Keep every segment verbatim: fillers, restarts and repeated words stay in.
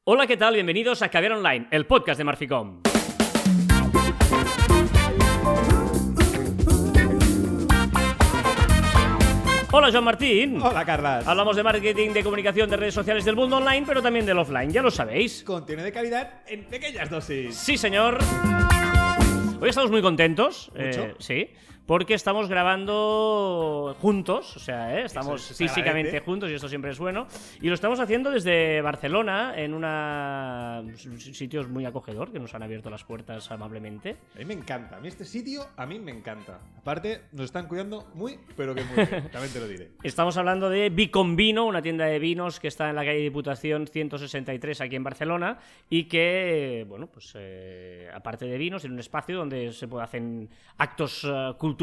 Hola, ¿qué tal? Bienvenidos a Caviar Online, el podcast de Marficom. Hola, Joan Martín. Hola, Carlas. Hablamos de marketing, de comunicación, de redes sociales del mundo online, pero también del offline, ya lo sabéis. Contenido de calidad en pequeñas dosis. Sí, señor. Hoy estamos muy contentos. ¿Mucho? Eh, sí. Porque estamos grabando juntos, o sea, ¿eh? estamos Eso, eso físicamente agradece. juntos y esto siempre es bueno. Y lo estamos haciendo desde Barcelona, en una sitios muy acogedor, que nos han abierto las puertas amablemente. A mí me encanta. A mí este sitio, a mí me encanta. Aparte, nos están cuidando muy, pero que muy bien. También te lo diré. Estamos hablando de Biconvino, una tienda de vinos que está en la calle Diputación ciento sesenta y tres aquí en Barcelona y que, bueno, pues eh, aparte de vinos, tiene un espacio donde se pueden hacer actos uh, culturales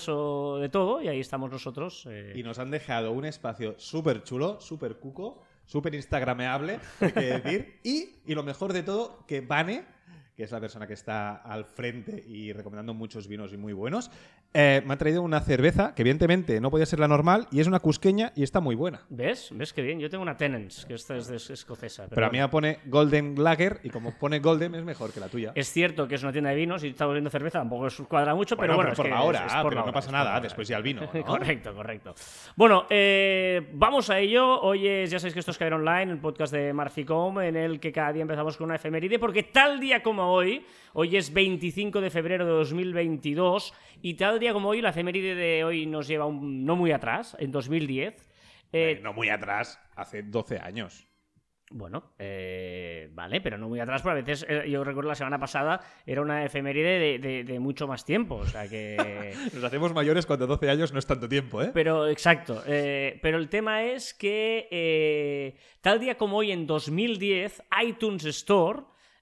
o de todo, y ahí estamos nosotros. Eh. Y nos han dejado un espacio súper chulo, súper cuco, súper instagrameable, hay que decir. Y, y lo mejor de todo, que Vane, que es la persona que está al frente y recomendando muchos vinos y muy buenos, eh, me ha traído una cerveza que evidentemente no podía ser la normal y es una cusqueña y está muy buena. ¿Ves? ¿Ves qué bien? Yo tengo una Tennent's, que esta es de- es escocesa. Pero, Pero a mí bueno. me pone Golden Lager y como pone Golden es mejor que la tuya. Es cierto que es una tienda de vinos y está volviendo cerveza, tampoco es cuadra mucho, pero bueno, pero es por que la hora, es- es ah, por pero la no hora, pasa es nada, por la hora. después ya el vino, ¿no? Correcto, correcto. Bueno, eh, vamos a ello. Hoy es, ya sabéis que esto es Caviar Online, el podcast de Marficom, en el que cada día empezamos con una efeméride, porque tal día como hoy, hoy es veinticinco de febrero de dos mil veintidós, y tal día como hoy, la efeméride de hoy nos lleva un, no muy atrás, en dos mil diez. Eh, Eh, no muy atrás, hace doce años. Bueno, eh, vale, pero no muy atrás, porque a veces, eh, yo recuerdo la semana pasada, era una efeméride de, de- de mucho más tiempo, o sea que... Nos hacemos mayores cuando doce años no es tanto tiempo, ¿eh? Pero, exacto, eh, pero el tema es que eh, tal día como hoy, en dos mil diez, iTunes Store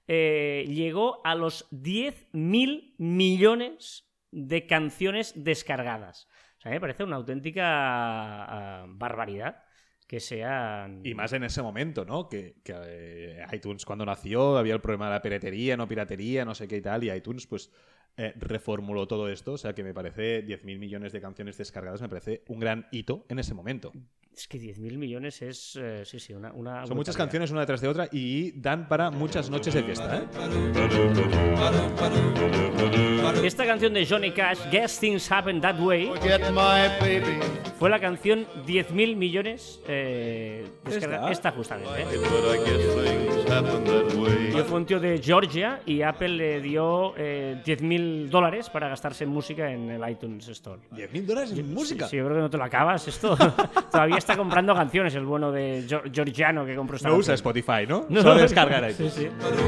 eh, llegó a los diez mil millones de canciones descargadas. O sea, me parece una auténtica ah, barbaridad que sean... Y más en ese momento, ¿no? Que, que, eh, iTunes cuando nació había el problema de la piratería, no piratería, no sé qué y tal, y iTunes pues eh, reformuló todo esto, o sea que me parece diez mil millones de canciones descargadas, me parece un gran hito en ese momento. Es que diez mil millones es, eh, sí, sí, una... una Son muchas brutalidad. canciones una detrás de otra y dan para muchas noches de fiesta, ¿eh? Esta canción de Johnny Cash, Guess Things Happen That Way, fue la canción diez mil millones eh, descarga- ¿Esta? Esta justamente. ¿eh? Yo fue un tío de Georgia y Apple le dio eh, diez mil dólares para gastarse en música en el iTunes Store. diez mil dólares en música. Sí, sí, yo creo que no te lo acabas esto. Todavía está comprando canciones el bueno de Gior- Georgiano que compró esta No canción. usa Spotify, ¿no? No, Solo descargar sí, iTunes. sí.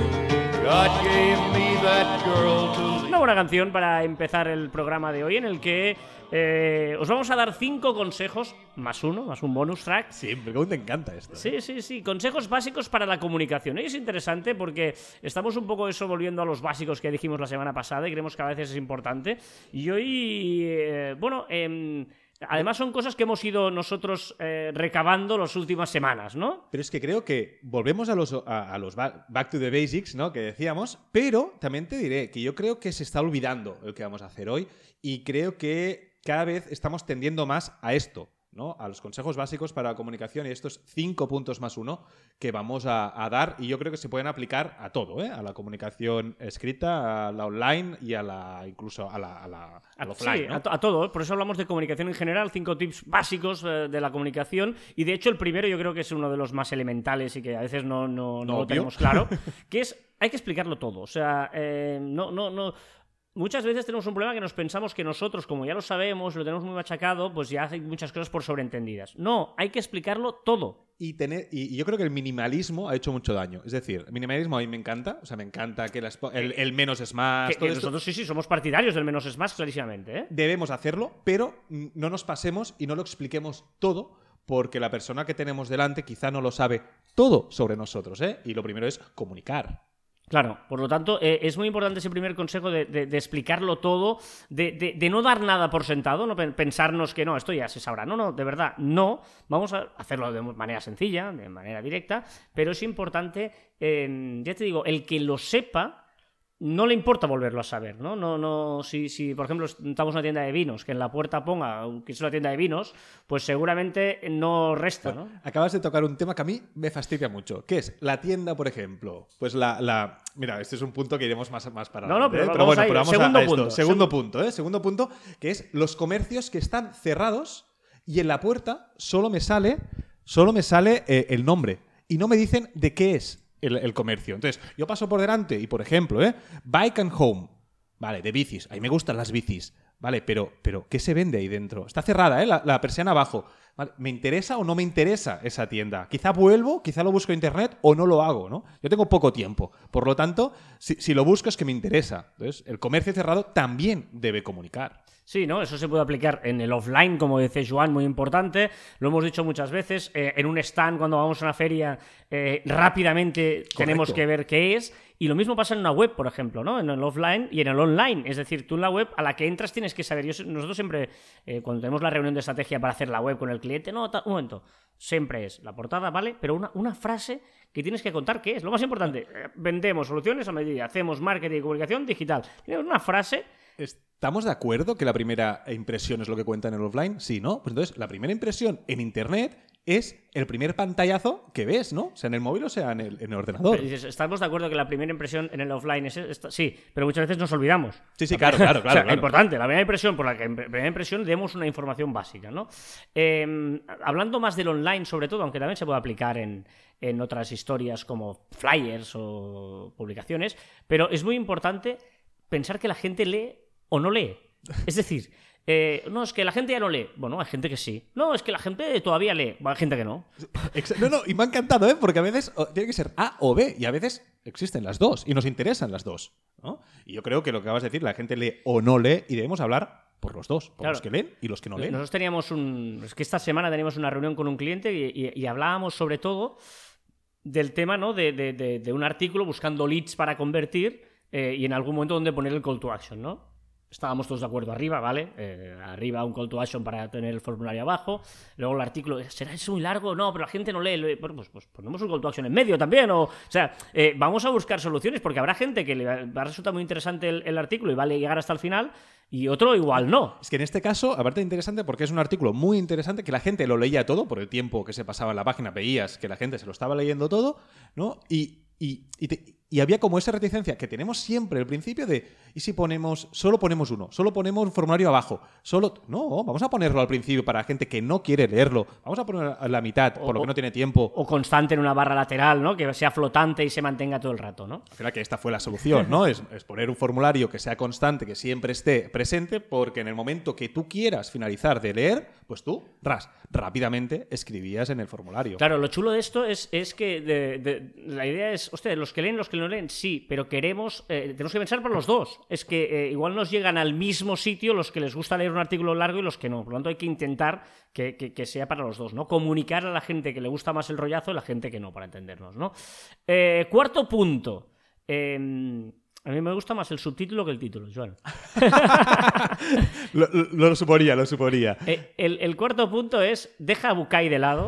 Una buena canción para empezar el programa de hoy, en el que eh, os vamos a dar cinco consejos, más uno, más un bonus track. Sí, porque aún te encanta esto. ¿eh? Sí, sí, sí, consejos básicos para la comunicación. Y es interesante porque estamos un poco eso volviendo a los básicos que dijimos la semana pasada y creemos que a veces es importante. Y hoy, eh, bueno, eh, además son cosas que hemos ido nosotros eh, recabando las últimas semanas, ¿no? Pero es que creo que volvemos a los, a, a los ba- back to the basics, ¿no? Que decíamos, pero también te diré que yo creo que se está olvidando el que vamos a hacer hoy y creo que cada vez estamos tendiendo más a esto, ¿no? A los consejos básicos para la comunicación y estos cinco puntos más uno que vamos a, a dar y yo creo que se pueden aplicar a todo, ¿eh? A la comunicación escrita, a la online y a la incluso a la, a la al offline, Sí, ¿no? a, to- a todo. Por eso hablamos de comunicación en general, cinco tips básicos eh, de la comunicación. Y de hecho, el primero yo creo que es uno de los más elementales y que a veces no, no, no lo Obvio. tenemos claro, que es, hay que explicarlo todo. O sea, eh, no, no, no... Muchas veces tenemos un problema que nos pensamos que nosotros, como ya lo sabemos, lo tenemos muy machacado, pues ya hay muchas cosas por sobreentendidas. No, hay que explicarlo todo. Y, tener, y y yo creo que el minimalismo ha hecho mucho daño. Es decir, el minimalismo a mí me encanta. O sea, me encanta que las po- el, el menos es más. Que, todo que esto. nosotros sí, sí, somos partidarios del menos es más, clarísimamente, ¿eh? Debemos hacerlo, pero mm, no nos pasemos y no lo expliquemos todo, porque la persona que tenemos delante quizá no lo sabe todo sobre nosotros, ¿eh? Y lo primero es comunicar. Claro, por lo tanto, eh, es muy importante ese primer consejo de, de- de explicarlo todo, de, de- de no dar nada por sentado, no Pen- pensarnos que no, esto ya se sabrá. No, no, de verdad, no. Vamos a hacerlo de manera sencilla, de manera directa, pero es importante, eh, ya te digo, el que lo sepa no le importa volverlo a saber, ¿no? No, no, si, si, por ejemplo, estamos en una tienda de vinos, que en la puerta ponga que es una tienda de vinos, pues seguramente no resta, ¿no? Acabas de tocar un tema que a mí me fastidia mucho, que es la tienda, por ejemplo. Pues la... la... Mira, este es un punto que iremos más, más para No, no, pero, ¿eh? vamos pero bueno, a ir. pero vamos Segundo a, a esto. punto. Segundo punto, ¿eh? Segundo punto, que es los comercios que están cerrados y en la puerta solo me sale, solo me sale eh, el nombre y no me dicen de qué es el, el comercio. Entonces, yo paso por delante y, por ejemplo, ¿eh? Bike and Home, vale, de bicis. A mí me gustan las bicis, vale, pero, pero ¿qué se vende ahí dentro? Está cerrada, ¿eh? La, la persiana abajo. Vale, ¿me interesa o no me interesa esa tienda? Quizá vuelvo, quizá lo busco en internet o no lo hago, ¿no? Yo tengo poco tiempo. Por lo tanto, si, si lo busco es que me interesa. Entonces, el comercio cerrado también debe comunicar. Sí, ¿no? Eso se puede aplicar en el offline, como dice Joan, muy importante. Lo hemos dicho muchas veces. Eh, en un stand, cuando vamos a una feria, eh, rápidamente Correcto. Tenemos que ver qué es. Y lo mismo pasa en una web, por ejemplo, ¿no? En el offline y en el online. Es decir, tú en la web a la que entras tienes que saber. Yo, nosotros siempre, eh, cuando tenemos la reunión de estrategia para hacer la web con el cliente, no, ta, un momento, siempre es la portada, ¿vale? Pero una, una frase que tienes que contar qué es. Lo más importante, eh, vendemos soluciones a medida, hacemos marketing y comunicación digital. Tienes una frase... ¿Estamos de acuerdo que la primera impresión es lo que cuenta en el offline? Sí, ¿no? Pues entonces, la primera impresión en Internet es el primer pantallazo que ves, ¿no? Sea en el móvil o sea en el, en el ordenador. Pero dices, ¿estamos de acuerdo que la primera impresión en el offline es esta? Sí, pero muchas veces nos olvidamos. Sí, sí, claro, claro, claro. O sea, claro. Es importante, la primera impresión, por la que en primera impresión demos una información básica, ¿no? Eh, hablando más del online, sobre todo, aunque también se puede aplicar en, en otras historias como flyers o publicaciones, pero es muy importante pensar que la gente lee o no lee. Es decir, eh, no, es que la gente ya no lee. Bueno, hay gente que sí. No, es que la gente todavía lee. Bueno, hay gente que no. No, no, y me ha encantado, ¿eh? Porque a veces tiene que ser A o B y a veces existen las dos y nos interesan las dos, ¿no? Y yo creo que lo que acabas de decir, la gente lee o no lee y debemos hablar por los dos, por claro. los que leen y los que no leen. Nosotros teníamos un... Es que esta semana teníamos una reunión con un cliente y, y, y hablábamos sobre todo del tema, ¿no? De, de, de, de un artículo buscando leads para convertir eh, y en algún momento donde poner el call to action, ¿no? Estábamos todos de acuerdo arriba, ¿vale? Eh, arriba un call to action para tener el formulario abajo. Luego el artículo, ¿será eso muy largo? No, pero la gente no lee. Bueno, pues, pues ponemos un call to action en medio también. O, o sea, eh, vamos a buscar soluciones porque habrá gente que le va a resultar muy interesante el, el artículo y va a llegar hasta el final y otro igual no. Es que en este caso, aparte de interesante, porque es un artículo muy interesante que la gente lo leía todo por el tiempo que se pasaba en la página, veías que la gente se lo estaba leyendo todo, ¿no? Y, y, y, te, y había como esa reticencia que tenemos siempre al principio de ¿y si ponemos, solo ponemos uno, solo ponemos un formulario abajo? Solo No, vamos a ponerlo al principio para gente que no quiere leerlo. Vamos a poner a la mitad, por o, lo que no tiene tiempo. O constante en una barra lateral, ¿no? Que sea flotante y se mantenga todo el rato, ¿no? Al final que esta fue la solución, ¿no? es, es poner un formulario que sea constante, que siempre esté presente, porque en el momento que tú quieras finalizar de leer, pues tú, ras, rápidamente escribías en el formulario. Claro, lo chulo de esto es, es que de, de, la idea es, hostia, los que leen, los que no leen, sí, pero queremos, eh, tenemos que pensar por los dos. Es que eh, igual nos llegan al mismo sitio los que les gusta leer un artículo largo y los que no. Por lo tanto, hay que intentar que, que, que sea para los dos, ¿no? Comunicar a la gente que le gusta más el rollazo y a la gente que no, para entendernos, ¿no? Eh, cuarto punto. Eh, a mí me gusta más el subtítulo que el título, Joan. lo, lo, lo suponía, lo suponía. Eh, el, el cuarto punto es, deja a Bucay de lado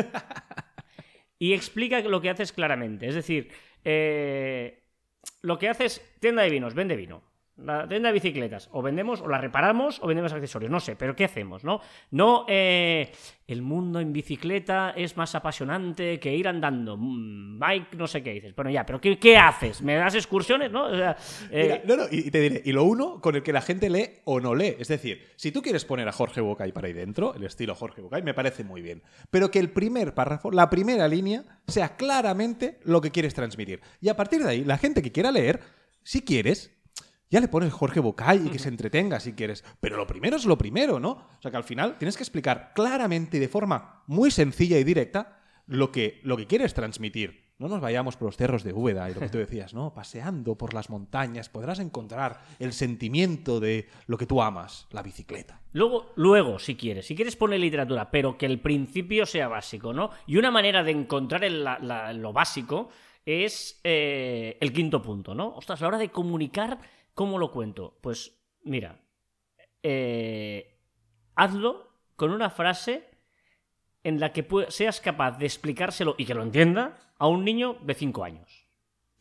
y explica lo que haces claramente. Es decir, eh, lo que haces, tienda de vinos, vende vino. La tienda de bicicletas, o vendemos, o la reparamos, o vendemos accesorios, no sé, pero ¿qué hacemos? No, no eh, el mundo en bicicleta es más apasionante que ir andando. Mike, no sé qué dices. Bueno, ya, pero ¿qué, qué haces? ¿Me das excursiones? ¿No? O sea, eh... Mira, no, no, y te diré, y lo uno con el que la gente lee o no lee. Es decir, si tú quieres poner a Jorge Bucay para ahí dentro, el estilo Jorge Bucay, me parece muy bien. Pero que el primer párrafo, la primera línea, sea claramente lo que quieres transmitir. Y a partir de ahí, la gente que quiera leer, si quieres, ya le pones Jorge Bucay y que se entretenga si quieres. Pero lo primero es lo primero, ¿no? O sea que al final tienes que explicar claramente y de forma muy sencilla y directa lo que, lo que quieres transmitir. No nos vayamos por los cerros de Úbeda y lo que tú decías, ¿no? Paseando por las montañas podrás encontrar el sentimiento de lo que tú amas, la bicicleta. Luego, luego, si quieres, si quieres poner literatura, pero que el principio sea básico, ¿no? Y una manera de encontrar el, la, la, lo básico es eh, el quinto punto, ¿no? Ostras, a la hora de comunicar, ¿cómo lo cuento? Pues mira, eh, hazlo con una frase en la que seas capaz de explicárselo y que lo entienda a un niño de cinco años.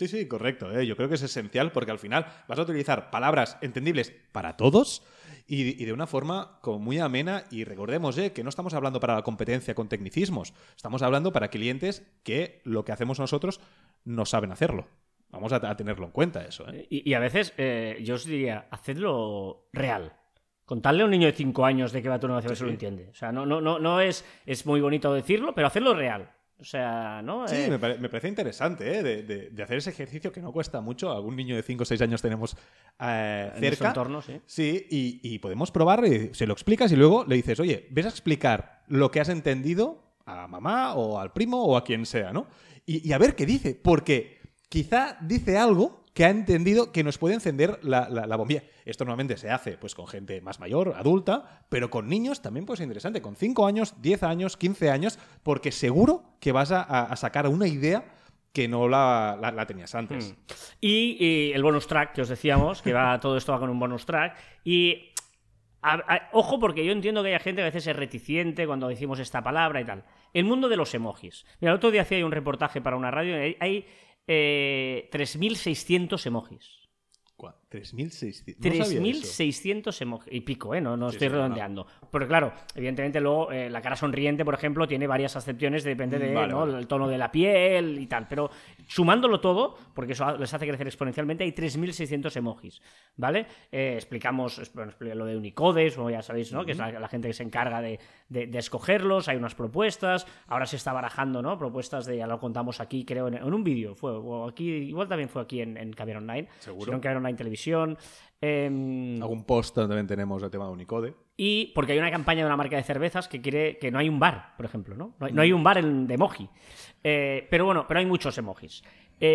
Sí, sí, correcto. ¿eh? Yo creo que es esencial porque al final vas a utilizar palabras entendibles para todos y, y de una forma como muy amena. Y recordemos ¿eh? que no estamos hablando para la competencia con tecnicismos. Estamos hablando para clientes que lo que hacemos nosotros no saben hacerlo. Vamos a, a tenerlo en cuenta eso. ¿eh? Y, y a veces eh, yo os diría, hacedlo real. Contarle a un niño de cinco años de qué va tu negocio, sí, se lo entiende. O sea, no, no, no, no es, es muy bonito decirlo, pero hacerlo real. O sea, ¿no? Sí, eh... me, pare- me parece interesante ¿eh? de, de, de hacer ese ejercicio que no cuesta mucho. Algún niño de cinco o seis años tenemos eh, cerca. En su entorno, sí. Sí, y, y podemos probar, y se lo explicas y luego le dices, oye, ves a explicar lo que has entendido a mamá o al primo o a quien sea, ¿no? Y, y a ver qué dice, porque quizá dice algo que ha entendido que nos puede encender la, la, la bombilla. Esto normalmente se hace pues con gente más mayor, adulta, pero con niños también puede ser interesante. Con cinco años, diez años, quince años, porque seguro que vas a, a sacar una idea que no la, la, la tenías antes. Hmm. Y, y el bonus track que os decíamos, que va todo esto va con un bonus track. Y a, a, ojo, porque yo entiendo que hay gente que a veces es reticente cuando decimos esta palabra y tal. El mundo de los emojis. Mira, el otro día hacía un reportaje para una radio y hay... hay Eh, tres mil seiscientos emojis. tres mil seiscientos. tres mil seiscientos emojis. Y pico, ¿eh? No, no sí, estoy sí, redondeando. No. Pero claro, evidentemente luego eh, la cara sonriente, por ejemplo, tiene varias acepciones, depende de vale, ¿no? vale. el tono de la piel y tal. Pero sumándolo todo, porque eso les hace crecer exponencialmente, hay tres mil seiscientos emojis. ¿Vale? Eh, explicamos bueno, lo de Unicodes, como ya sabéis, ¿no? Uh-huh. Que es la, la gente que se encarga de, de, de escogerlos. Hay unas propuestas. Ahora se está barajando, ¿no? Propuestas de, ya lo contamos aquí, creo, en, en un vídeo. Fue, o aquí, igual también fue aquí en, en Caviar Online. Seguro. Sino en Caviar Online Televisión. Eh, Algún post también tenemos el tema de Unicode. Y porque hay una campaña de una marca de cervezas que quiere que no hay un bar, por ejemplo, ¿no? No hay, no hay un bar en, de emoji. Eh, pero bueno, pero hay muchos emojis.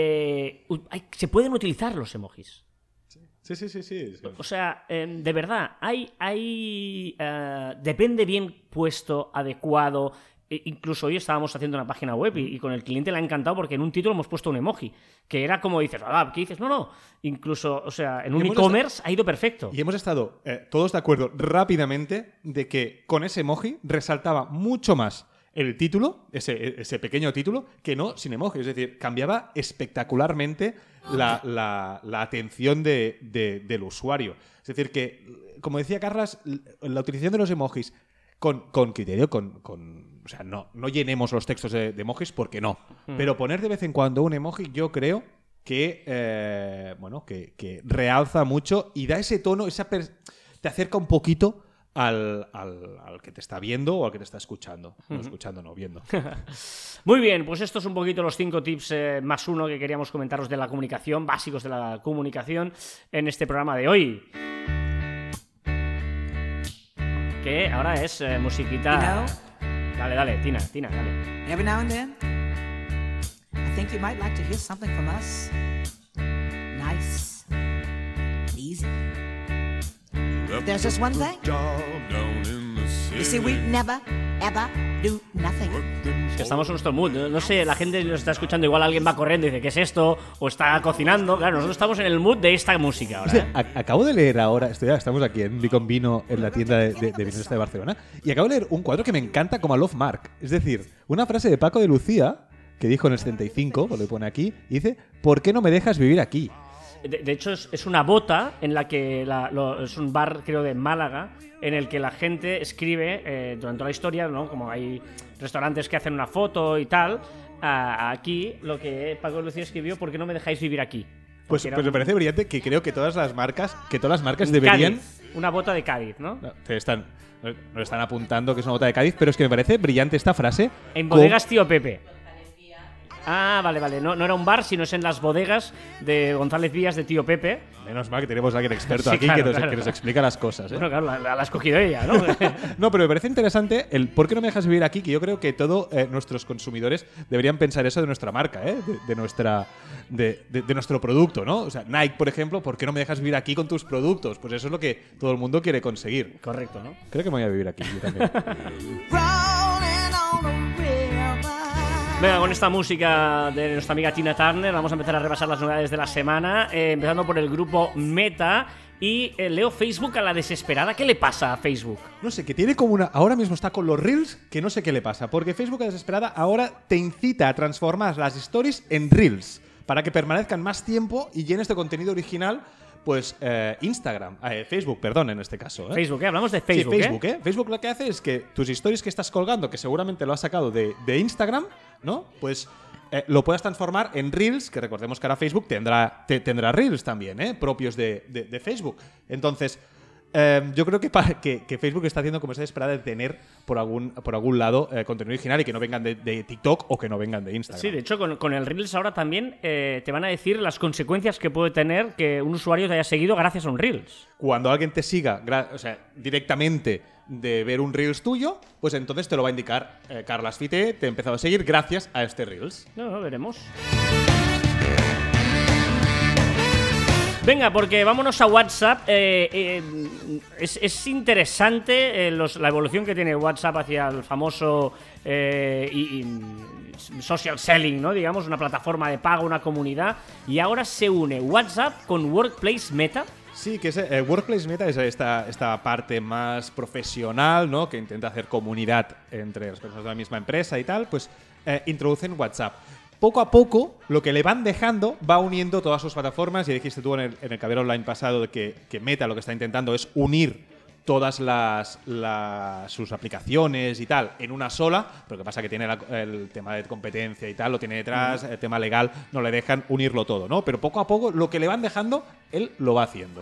Eh, hay, se pueden utilizar los emojis. Sí, sí, sí, sí. sí. O sea, eh, de verdad, hay, hay uh, depende bien puesto, adecuado. E incluso hoy estábamos haciendo una página web y, y con el cliente le ha encantado porque en un título hemos puesto un emoji, que era como dices, ah, ¿qué dices? No, no. Incluso, o sea, en un e-commerce ha ido perfecto. Y hemos estado eh, todos de acuerdo rápidamente de que con ese emoji resaltaba mucho más el título, ese, ese pequeño título, que no sin emoji. Es decir, cambiaba espectacularmente la, la, la atención de, de, del usuario. Es decir, que, como decía Carlas, la utilización de los emojis Con, con criterio, con, con... O sea, no, no llenemos los textos de, de emojis porque no. Mm. Pero poner de vez en cuando un emoji yo creo que, eh, bueno, que, que realza mucho y da ese tono, esa per... te acerca un poquito al, al, al que te está viendo o al que te está escuchando. Mm. No escuchando, no, viendo. Muy bien, pues estos son un poquito los cinco tips eh, más uno que queríamos comentaros de la comunicación, básicos de la comunicación en este programa de hoy. Que ahora es eh, musiquita. You know, dale, dale, Tina, Tina, dale. every now and then, I think you might like to hear something from us. Nice, easy. But there's just one thing. You see, we never, ever do nothing. Que estamos en nuestro mood. No, no sé, la gente nos está escuchando, igual alguien va corriendo y dice, ¿qué es esto? O está cocinando. Claro, nosotros estamos en el mood de esta música ahora. ¿eh? Acabo de leer ahora, estoy, estamos aquí en Vicon Vino, en la tienda de, de, de vinos de Barcelona, y acabo de leer un cuadro que me encanta como a Love Mark. Es decir, una frase de Paco de Lucía, que dijo en el setenta y cinco, lo pone aquí, y dice, ¿por qué no me dejas vivir aquí? De, de hecho, es, es una bota en la que la, lo, es un bar, creo, de Málaga, en el que la gente escribe eh, durante toda la historia, ¿no? Como hay restaurantes que hacen una foto y tal. A, aquí lo que Paco Lucía escribió, ¿por qué no me dejáis vivir aquí? Pues, pues me un... parece brillante que creo que todas las marcas, que todas las marcas deberían. Cádiz, una bota de Cádiz, ¿no? No, te están, nos están apuntando que es una bota de Cádiz, pero es que me parece brillante esta frase. En bodegas con... Tío Pepe. Ah, vale, vale. No, no era un bar, sino es en las bodegas de González Vías de Tío Pepe. Menos mal que tenemos a alguien experto sí, aquí claro, que, nos, claro. que nos explica las cosas. ¿eh? Bueno, claro, la, la, la ha escogido ella, ¿no? No, pero me parece interesante el ¿por qué no me dejas vivir aquí? Que yo creo que todos eh, nuestros consumidores deberían pensar eso de nuestra marca, ¿eh? de, de, nuestra, de, de, de nuestro producto, ¿no? O sea, Nike, por ejemplo, ¿por qué no me dejas vivir aquí con tus productos? Pues eso es lo que todo el mundo quiere conseguir. Correcto, ¿no? Creo que me voy a vivir aquí yo también. Venga, con esta música de nuestra amiga Tina Turner vamos a empezar a repasar las novedades de la semana, eh, empezando por el grupo Meta. Y eh, leo Facebook a la desesperada. ¿Qué le pasa a Facebook? No sé, que tiene como una... Ahora mismo está con los Reels, que no sé qué le pasa. Porque Facebook a la desesperada ahora te incita a transformar las stories en Reels. para que permanezcan más tiempo y llenes de contenido original, pues eh, Instagram, eh, Facebook, perdón, en este caso. ¿eh? Facebook, ¿eh? Hablamos de Facebook, sí, Facebook, ¿eh? ¿eh? Facebook lo que hace es que tus stories que estás colgando, que seguramente lo has sacado de, de Instagram, ¿no? Pues eh, lo puedas transformar en Reels, que recordemos que ahora Facebook tendrá, te, tendrá Reels también, ¿eh? Propios de, de, de Facebook. Entonces, eh, yo creo que, pa, que, que Facebook está haciendo como se espera de tener por algún, por algún lado eh, contenido original y que no vengan de, de TikTok o que no vengan de Instagram. Sí, de hecho, con, con el Reels ahora también eh, te van a decir las consecuencias que puede tener que un usuario te haya seguido gracias a un Reels. Cuando alguien te siga, o sea, directamente de ver un Reels tuyo, pues entonces te lo va a indicar. Eh, Carlas Fite te ha empezado a seguir gracias a este Reels. No, no, veremos. Venga, porque vámonos a WhatsApp. Eh, eh, es, es interesante eh, los, la evolución que tiene WhatsApp hacia el famoso eh, y, y social selling, ¿no? Digamos, una plataforma de pago, una comunidad. Y ahora se une WhatsApp con Workplace Meta. Sí, que es, eh, Workplace Meta es esta, esta parte más profesional, ¿no? Que intenta hacer comunidad entre las personas de la misma empresa y tal. Pues eh, introducen WhatsApp. Poco a poco, lo que le van dejando va uniendo todas sus plataformas. Ya dijiste tú en el, en el Caber Online pasado de que, que Meta lo que está intentando es unir todas las, las sus aplicaciones y tal en una sola. Pero lo que pasa es que tiene la, el tema de competencia y tal, lo tiene detrás, el tema legal, no le dejan unirlo todo, ¿no? Pero poco a poco, lo que le van dejando, él lo va haciendo.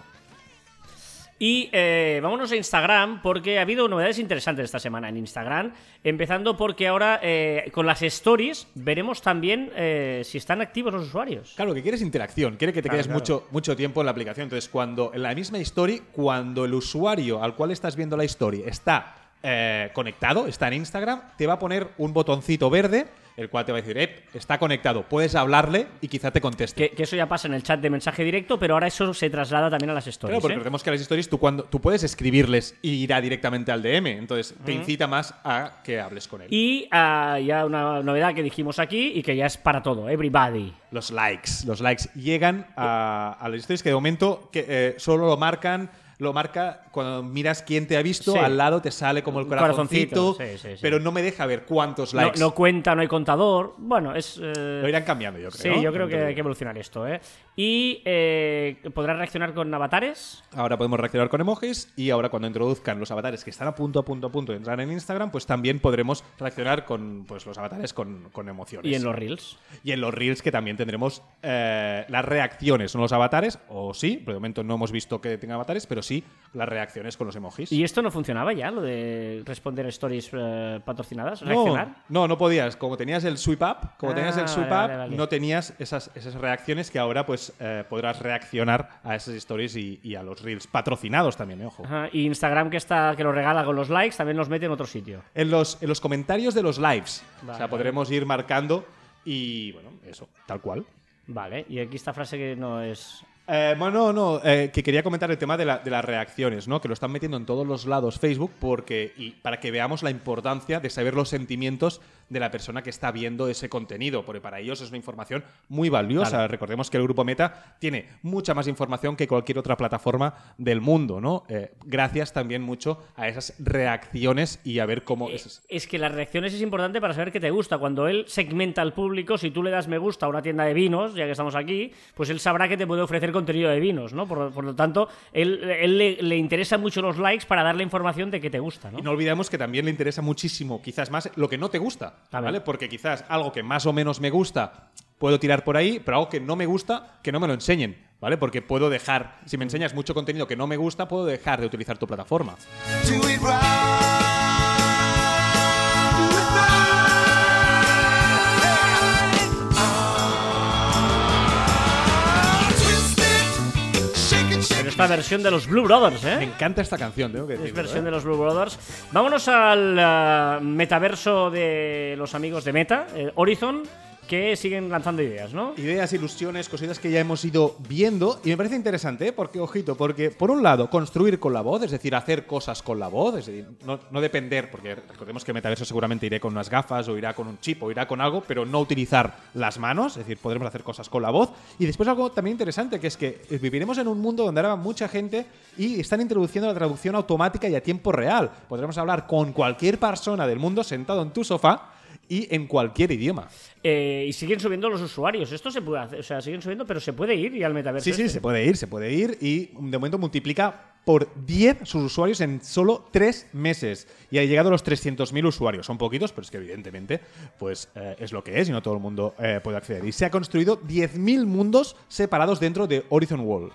Y eh, vámonos a Instagram, porque ha habido novedades interesantes esta semana en Instagram. Empezando porque ahora eh, con las stories veremos también eh, si están activos los usuarios. Claro, lo que quieres interacción, quiere que te Claro, quedes claro. mucho, mucho tiempo en la aplicación. Entonces, cuando en la misma story, cuando el usuario al cual estás viendo la story está eh, conectado, está en Instagram, te va a poner un botoncito verde, el cual te va a decir, eh, está conectado, puedes hablarle y quizá te conteste. Que, que eso ya pasa en el chat de mensaje directo, pero ahora eso se traslada también a las stories. Claro, porque ¿eh? recordemos que las stories tú, cuando, tú puedes escribirles y irá directamente al D M. Entonces, te incita más a que hables con él. Y uh, ya una novedad que dijimos aquí y que ya es para todo, everybody. Los likes. Los likes llegan a, a las stories que de momento que, eh, solo lo marcan... Lo marca cuando miras quién te ha visto, Sí. al lado te sale como el Un corazoncito, corazoncito, sí, sí, sí. pero no me deja ver cuántos No, likes. no cuenta, no hay contador. Bueno, es... eh, Lo irán cambiando, yo creo. Sí, ¿no? yo creo que Dentro hay que evolucionar esto, ¿eh? Y eh, podrás reaccionar con avatares. Ahora podemos reaccionar con emojis y ahora cuando introduzcan los avatares que están a punto, a punto, a punto de entrar en Instagram, pues también podremos reaccionar con pues, los avatares con, con emociones. Y en los reels. Y en los Reels que también tendremos eh, las reacciones, no los avatares, o sí, por el momento no hemos visto que tenga avatares, pero sí las reacciones con los emojis. ¿Y esto no funcionaba ya, lo de responder stories eh, patrocinadas? ¿Reaccionar? No, no, no podías. Como tenías el swipe up, como Ah, tenías el swipe vale, up, vale, vale. no tenías esas, esas reacciones que ahora pues eh, podrás reaccionar a esas stories y, y a los Reels patrocinados también, eh, ojo. Ajá, y Instagram, que está que lo regala con los likes, también los mete en otro sitio. En los, en los comentarios de los lives. Vale, o sea, podremos ir marcando y, bueno, eso, tal cual. Vale, y aquí esta frase que no es... Eh, bueno, no, eh, que quería comentar el tema de, la- de las reacciones, ¿no? Que lo están metiendo en todos los lados Facebook porque y para que veamos la importancia de saber los sentimientos de la persona que está viendo ese contenido, porque para ellos es una información muy valiosa. Claro. Recordemos que el grupo Meta tiene mucha más información que cualquier otra plataforma del mundo, ¿no? Eh, gracias también mucho a esas reacciones y a ver cómo... Eh, es- Es que las reacciones es importante para saber qué te gusta. Cuando él segmenta al público, si tú le das me gusta a una tienda de vinos, ya que estamos aquí, pues él sabrá que te puede ofrecer contenido de vinos, ¿no? Por, por lo tanto, él, él le, le interesa mucho los likes para darle información de que te gusta, ¿no? Y no olvidemos que también le interesa muchísimo, quizás más, lo que no te gusta, También. ¿vale? Porque quizás algo que más o menos me gusta puedo tirar por ahí, pero algo que no me gusta, que no me lo enseñen, ¿vale? Porque puedo dejar, si me enseñas mucho contenido que no me gusta, puedo dejar de utilizar tu plataforma. Do it right. Do it right. Twist it, shake it, shake Pero esta versión de los Blue Brothers, Me ¿eh? encanta esta canción, tengo que Es decirlo. versión ¿eh? de los Blue Brothers. Vámonos al eh, metaverso de los amigos de Meta, eh, Horizon, que siguen lanzando ideas, ¿no? Ideas, ilusiones, cositas que ya hemos ido viendo. Y me parece interesante, ¿eh? Porque, ojito, porque por un lado, construir con la voz, es decir, hacer cosas con la voz, es decir, no, no depender, porque recordemos que el metaverso seguramente iré con unas gafas o irá con un chip o irá con algo, pero no utilizar las manos, es decir, podremos hacer cosas con la voz. Y después algo también interesante, que es que viviremos en un mundo donde ahora va mucha gente y están introduciendo la traducción automática y a tiempo real. Podremos hablar con cualquier persona del mundo sentado en tu sofá y en cualquier idioma. Eh, y siguen subiendo los usuarios. Esto se puede hacer, o sea, siguen subiendo, pero se puede ir y al metaverso. Sí, sí, este. se puede ir, se puede ir y de momento multiplica por diez sus usuarios en solo tres meses. Y ha llegado a los trescientos mil usuarios. Son poquitos, pero es que evidentemente pues eh, es lo que es y no todo el mundo eh, puede acceder. Y se ha construido diez mil mundos separados dentro de Horizon World.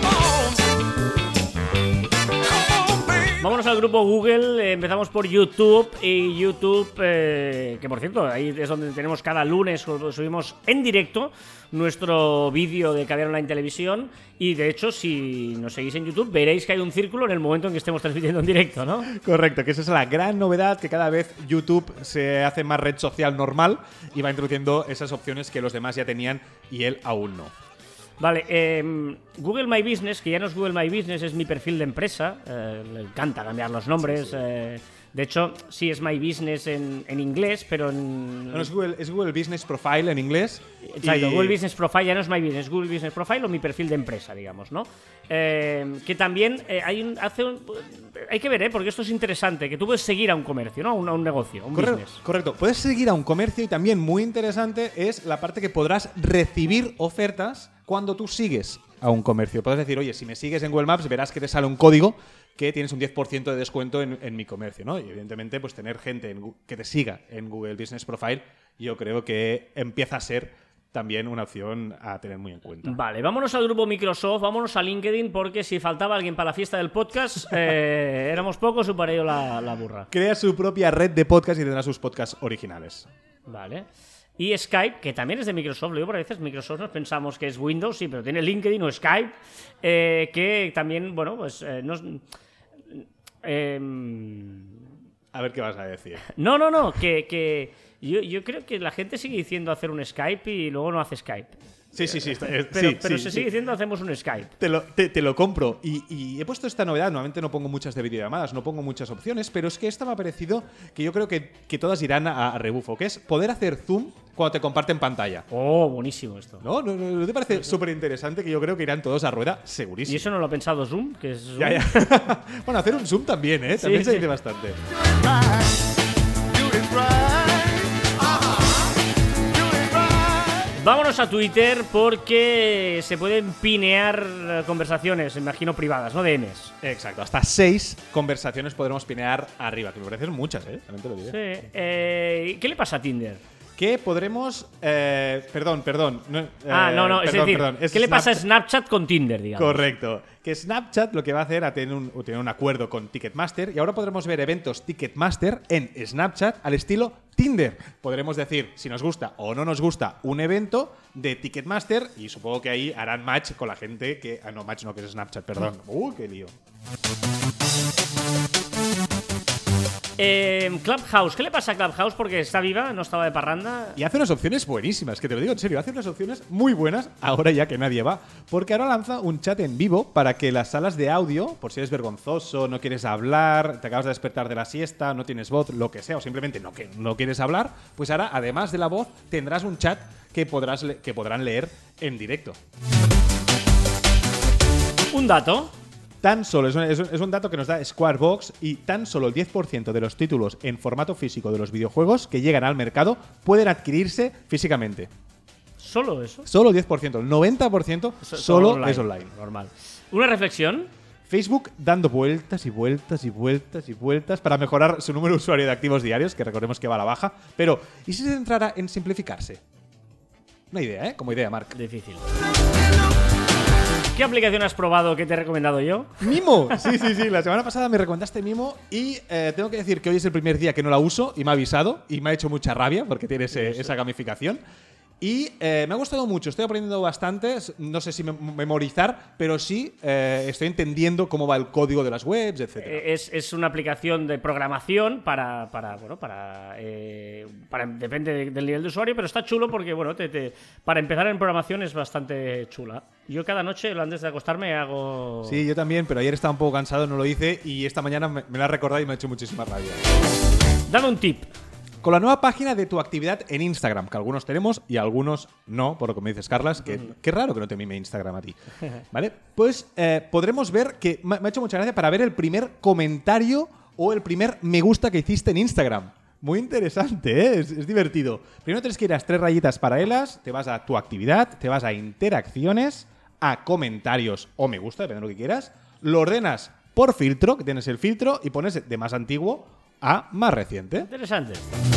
Vámonos al grupo Google, eh, empezamos por YouTube y YouTube, eh, que por cierto, ahí es donde tenemos cada lunes, subimos en directo nuestro vídeo de Caviar Online Televisión y de hecho si nos seguís en YouTube veréis que hay un círculo en el momento en que estemos transmitiendo en directo, ¿no? Correcto, que esa es la gran novedad, que cada vez YouTube se hace más red social normal y va introduciendo esas opciones que los demás ya tenían y él aún no. Vale, eh, Google My Business, que ya no es Google My Business, es mi perfil de empresa. Eh, le encanta cambiar los nombres. Sí, sí. Eh, de hecho, sí es My Business en, en inglés, pero en... No, es Google, es Google Business Profile en inglés. Exacto, y... Google Business Profile ya no es My Business, Google Business Profile o mi perfil de empresa, digamos, ¿no? Eh, que también eh, hay un, hace un, hay que ver, ¿eh? Porque esto es interesante, que tú puedes seguir a un comercio, ¿no? A un, a un negocio, a un correcto, business. Correcto, puedes seguir a un comercio y también muy interesante es la parte que podrás recibir ofertas cuando tú sigues a un comercio. Puedes decir, oye, si me sigues en Google Maps verás que te sale un código que tienes un diez por ciento de descuento en, en mi comercio, ¿no? Y evidentemente, pues tener gente en, que te siga en Google Business Profile, yo creo que empieza a ser también una opción a tener muy en cuenta. Vale, vámonos al grupo Microsoft, vámonos a LinkedIn, porque si faltaba alguien para la fiesta del podcast, eh, éramos pocos o para ello la, la burra. Crea su propia red de podcast y tendrá sus podcasts originales. Vale. Y Skype, que también es de Microsoft, lo digo, porque a veces Microsoft nos pensamos que es Windows, sí, pero tiene LinkedIn o Skype, eh, que también, bueno, pues eh, no... Eh, a ver qué vas a decir. No, no, no, que, que yo, yo creo que la gente sigue diciendo hacer un Skype y luego no hace Skype. Sí, sí, sí. Pero, sí, pero sí, se sí. sigue diciendo hacemos un Skype. Te lo, te, te lo compro. Y, y he puesto esta novedad. Normalmente no pongo muchas de videollamadas, no pongo muchas opciones, pero es que esta me ha parecido que yo creo que, que todas irán a, a rebufo, que es poder hacer zoom cuando te comparten pantalla. Oh, buenísimo esto. ¿No? ¿No, no, no te parece súper interesante? Que yo creo que irán todos a rueda, segurísimo. ¿Y eso no lo ha pensado Zoom? Que es Zoom. Ya, ya. Bueno, hacer un zoom también, ¿eh? También Sí, se sí. dice bastante. Vámonos a Twitter porque se pueden pinear eh, conversaciones, imagino, privadas, ¿no? D Ms. Exacto. Hasta seis conversaciones podremos pinear arriba, que me parecen muchas, ¿eh? También te lo diré. Sí. Eh, ¿Qué le pasa a Tinder? Que podremos... Eh, perdón, perdón. No, eh, ah, no, no, es perdón, decir, perdón, es ¿qué le pasa a Snapchat. Snapchat con Tinder, digamos? Correcto. Que Snapchat lo que va a hacer a tener un, tener un acuerdo con Ticketmaster y ahora podremos ver eventos Ticketmaster en Snapchat al estilo Tinder. Podremos decir si nos gusta o no nos gusta un evento de Ticketmaster y supongo que ahí harán match con la gente que... Ah, no, match no, que es Snapchat, perdón. Uh, qué lío. Eh, Clubhouse, ¿qué le pasa a Clubhouse? Porque está viva, no estaba de parranda. Y hace unas opciones buenísimas, que te lo digo en serio, hace unas opciones muy buenas, ahora ya que nadie va, porque ahora lanza un chat en vivo para que las salas de audio, por si eres vergonzoso, no quieres hablar, te acabas de despertar de la siesta, no tienes voz, lo que sea, o simplemente no, que no quieres hablar, pues ahora, además de la voz, tendrás un chat que, podrás le- que podrán leer en directo. Un dato. Tan solo, es un, es un- es un dato que nos da Squarebox y tan solo el diez por ciento de los títulos en formato físico de los videojuegos que llegan al mercado pueden adquirirse físicamente. Solo eso. Solo el diez por ciento, el noventa por ciento Eso- solo todo es online. Normal. Una reflexión. Facebook dando vueltas y vueltas y vueltas y vueltas para mejorar su número de usuarios de activos diarios, que recordemos que va a la baja. Pero, ¿y si se centrara en simplificarse? Una idea, ¿eh? Como idea, Marc. Difícil. ¿Qué aplicación has probado que te he recomendado yo? ¡Mimo! Sí, sí, sí. La semana pasada me recomendaste Mimo y eh, tengo que decir que hoy es el primer día que no la uso y me ha avisado y me ha hecho mucha rabia porque tiene ese- esa gamificación. Y eh, me ha gustado mucho, estoy aprendiendo bastante, no sé si mem- memorizar, pero sí eh, estoy entendiendo cómo va el código de las webs, etcétera. Eh, Es, es una aplicación de programación para, para bueno, para, eh, para depende de- del nivel de usuario, pero está chulo porque, bueno, te, te- para empezar en programación es bastante chula. Yo cada noche, antes de acostarme, hago... Sí, yo también, pero ayer estaba un poco cansado, no lo hice y esta mañana me, me lo ha recordado y me ha hecho muchísima rabia. Dame un tip. Con la nueva página de tu actividad en Instagram, que algunos tenemos y algunos no, por lo que me dices, Carlas, que qué raro que no te mime Instagram a ti. ¿Vale? Pues eh, podremos ver que me, me ha hecho mucha gracia para ver el primer comentario o el primer me gusta que hiciste en Instagram. Muy interesante, ¿eh? Es, es divertido. Primero tienes que ir a las tres rayitas paralelas, te vas a tu actividad, te vas a interacciones, a comentarios o me gusta, depende de lo que quieras. Lo ordenas por filtro, que tienes el filtro, y pones de más antiguo a más reciente. Interesante.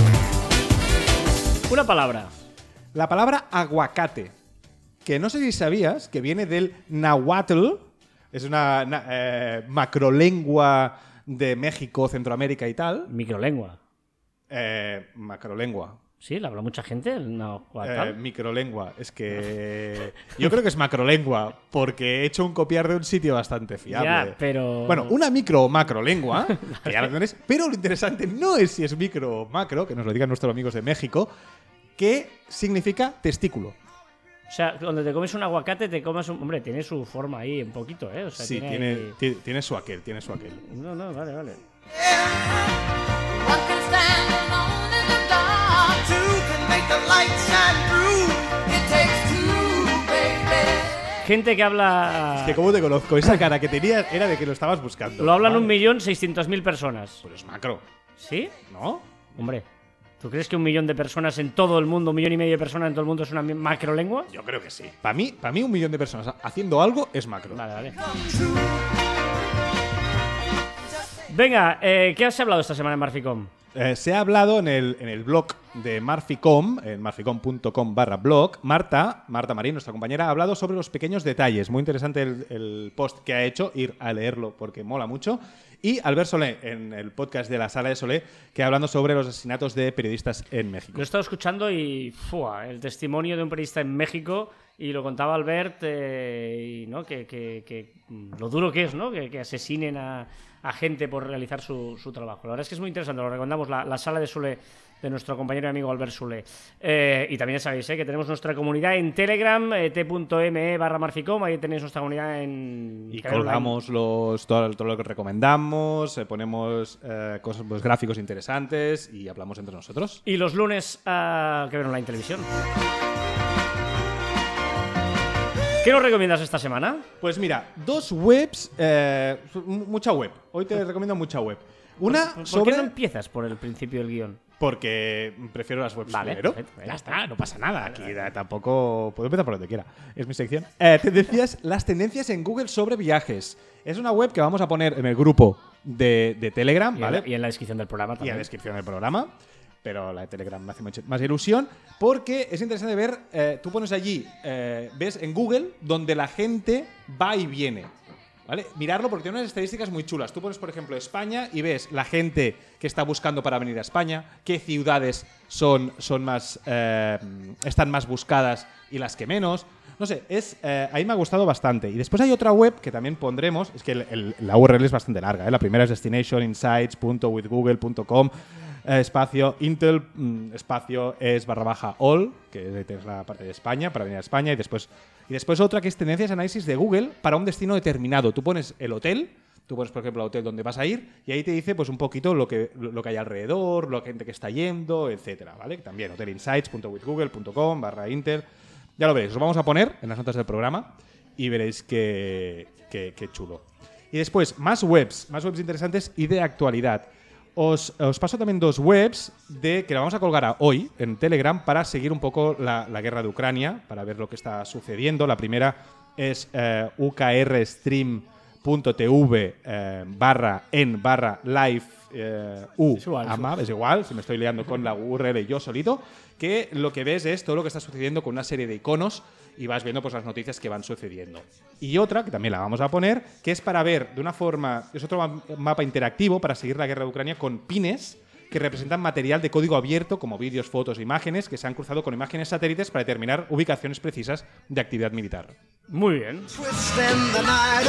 Una palabra. La palabra aguacate, que no sé si sabías que viene del náhuatl, es una na- eh, macrolengua de México, Centroamérica y tal. Microlengua. Eh, macrolengua. Sí, la habla mucha gente. No, Eh, microlengua. Es que yo creo que es macrolengua, porque he hecho un copiar de un sitio bastante fiable. Ya, pero... Bueno, una micro o macrolengua, que ya lo tienes, pero lo interesante no es si es micro o macro, que nos lo digan nuestros amigos de México, que significa testículo. O sea, cuando te comes un aguacate, te comes un... Hombre, tiene su forma ahí un poquito, ¿eh? O sea, Sí, tiene... tiene, ahí- tiene, tiene su aquel, tiene su aquel. No, no, vale, vale. One can stand alone in the dark. Two can make the light shine through. It takes two, baby. Gente que habla... Que como te conozco, esa cara que tenías era de que lo estabas buscando. Lo hablan Vale. un millón seiscientos mil personas. Pero es macro, ¿Sí? ¿no? Hombre, ¿tú crees que un millón de personas en todo el mundo, un millón y medio de personas en todo el mundo es una mi- macrolengua? Yo creo que sí. Para mí, para mí un millón de personas haciendo algo es macro. Vale, vale. Venga, eh, ¿qué has hablado esta semana en Marficom? Eh, se ha hablado en el, en el blog de Marficom, en marficom punto com barra blog. Marta, Marta Marín, nuestra compañera, ha hablado sobre los pequeños detalles. Muy interesante el, el post que ha hecho, ir a leerlo porque mola mucho. Y Albert Solé, en el podcast de la Sala de Solé, que ha hablando sobre los asesinatos de periodistas en México. Lo he estado escuchando y ¡fua! El testimonio de un periodista en México, y lo contaba Albert, eh, y, ¿no? que, que- que, mm, lo duro que es, ¿no? que, que asesinen a, a gente por realizar su, su trabajo. La verdad es que es muy interesante, lo recomendamos, la, la Sala de Solé, de nuestro compañero y amigo Albert Solé. Eh, y también ya sabéis eh, que tenemos nuestra comunidad en Telegram, eh, t.me barra marficom, ahí tenéis nuestra comunidad en... Y Canal Online. colgamos los, todo, todo lo que recomendamos, eh, ponemos eh, cosas, pues, gráficos interesantes y hablamos entre nosotros. Y los lunes a que ver online televisión. ¿Qué nos recomiendas esta semana? Pues mira, dos webs, eh, m- mucha web. Hoy te recomiendo mucha web. Una ¿Por, por sobre... qué no empiezas por el principio del guión? Porque prefiero las webs Vale, primero. perfecto, Ya venga. está, no pasa nada. Aquí eh, tampoco... Puedo empezar por donde quiera. Es mi sección. Eh, te decías las tendencias en Google sobre viajes. Es una web que vamos a poner en el grupo de, de Telegram, Y, ¿vale? en la, y en la descripción del programa Y en también. la descripción del programa. Pero la de Telegram me hace mucho más ilusión porque es interesante ver, eh, tú pones allí, eh, ves en Google donde la gente va y viene. ¿Vale? Mirarlo porque tiene unas estadísticas muy chulas. Tú pones, por ejemplo, España y ves la gente que está buscando para venir a España, qué ciudades son, son más, eh, están más buscadas y las que menos. No sé, es, eh, ahí me ha gustado bastante. Y después hay otra web que también pondremos, es que el- el- la U R L es bastante larga. ¿eh? La primera es destination insights punto with google punto com. Eh, espacio Intel, mm, espacio es barra baja all, que es la parte de España, para venir a España, y después, y después otra que es tendencias de análisis de Google para un destino determinado. Tú pones el hotel, tú pones, por ejemplo, el hotel donde vas a ir, y ahí te dice pues un poquito lo que, lo que hay alrededor, la gente que está yendo, etcétera, ¿vale? También hotelinsights punto with google punto com barra Intel. Ya lo veréis, os vamos a poner en las notas del programa y veréis que, que, que chulo. Y después, más webs, más webs interesantes y de actualidad. Os, os paso también dos webs de que la vamos a colgar a hoy en Telegram para seguir un poco la, la guerra de Ucrania, para ver lo que está sucediendo. La primera es eh, ukrstream punto tv eh, barra en barra live eh, u Es igual, es ama, es igual, si me estoy liando con la U R L yo solito, que lo que ves es todo lo que está sucediendo con una serie de iconos y vas viendo pues las noticias que van sucediendo. Y otra, que también la vamos a poner, que es para ver de una forma, es otro ma- mapa interactivo para seguir la guerra de Ucrania con pines que representan material de código abierto como vídeos, fotos e imágenes que se han cruzado con imágenes satélites para determinar ubicaciones precisas de actividad militar. Muy bien. Twisting the night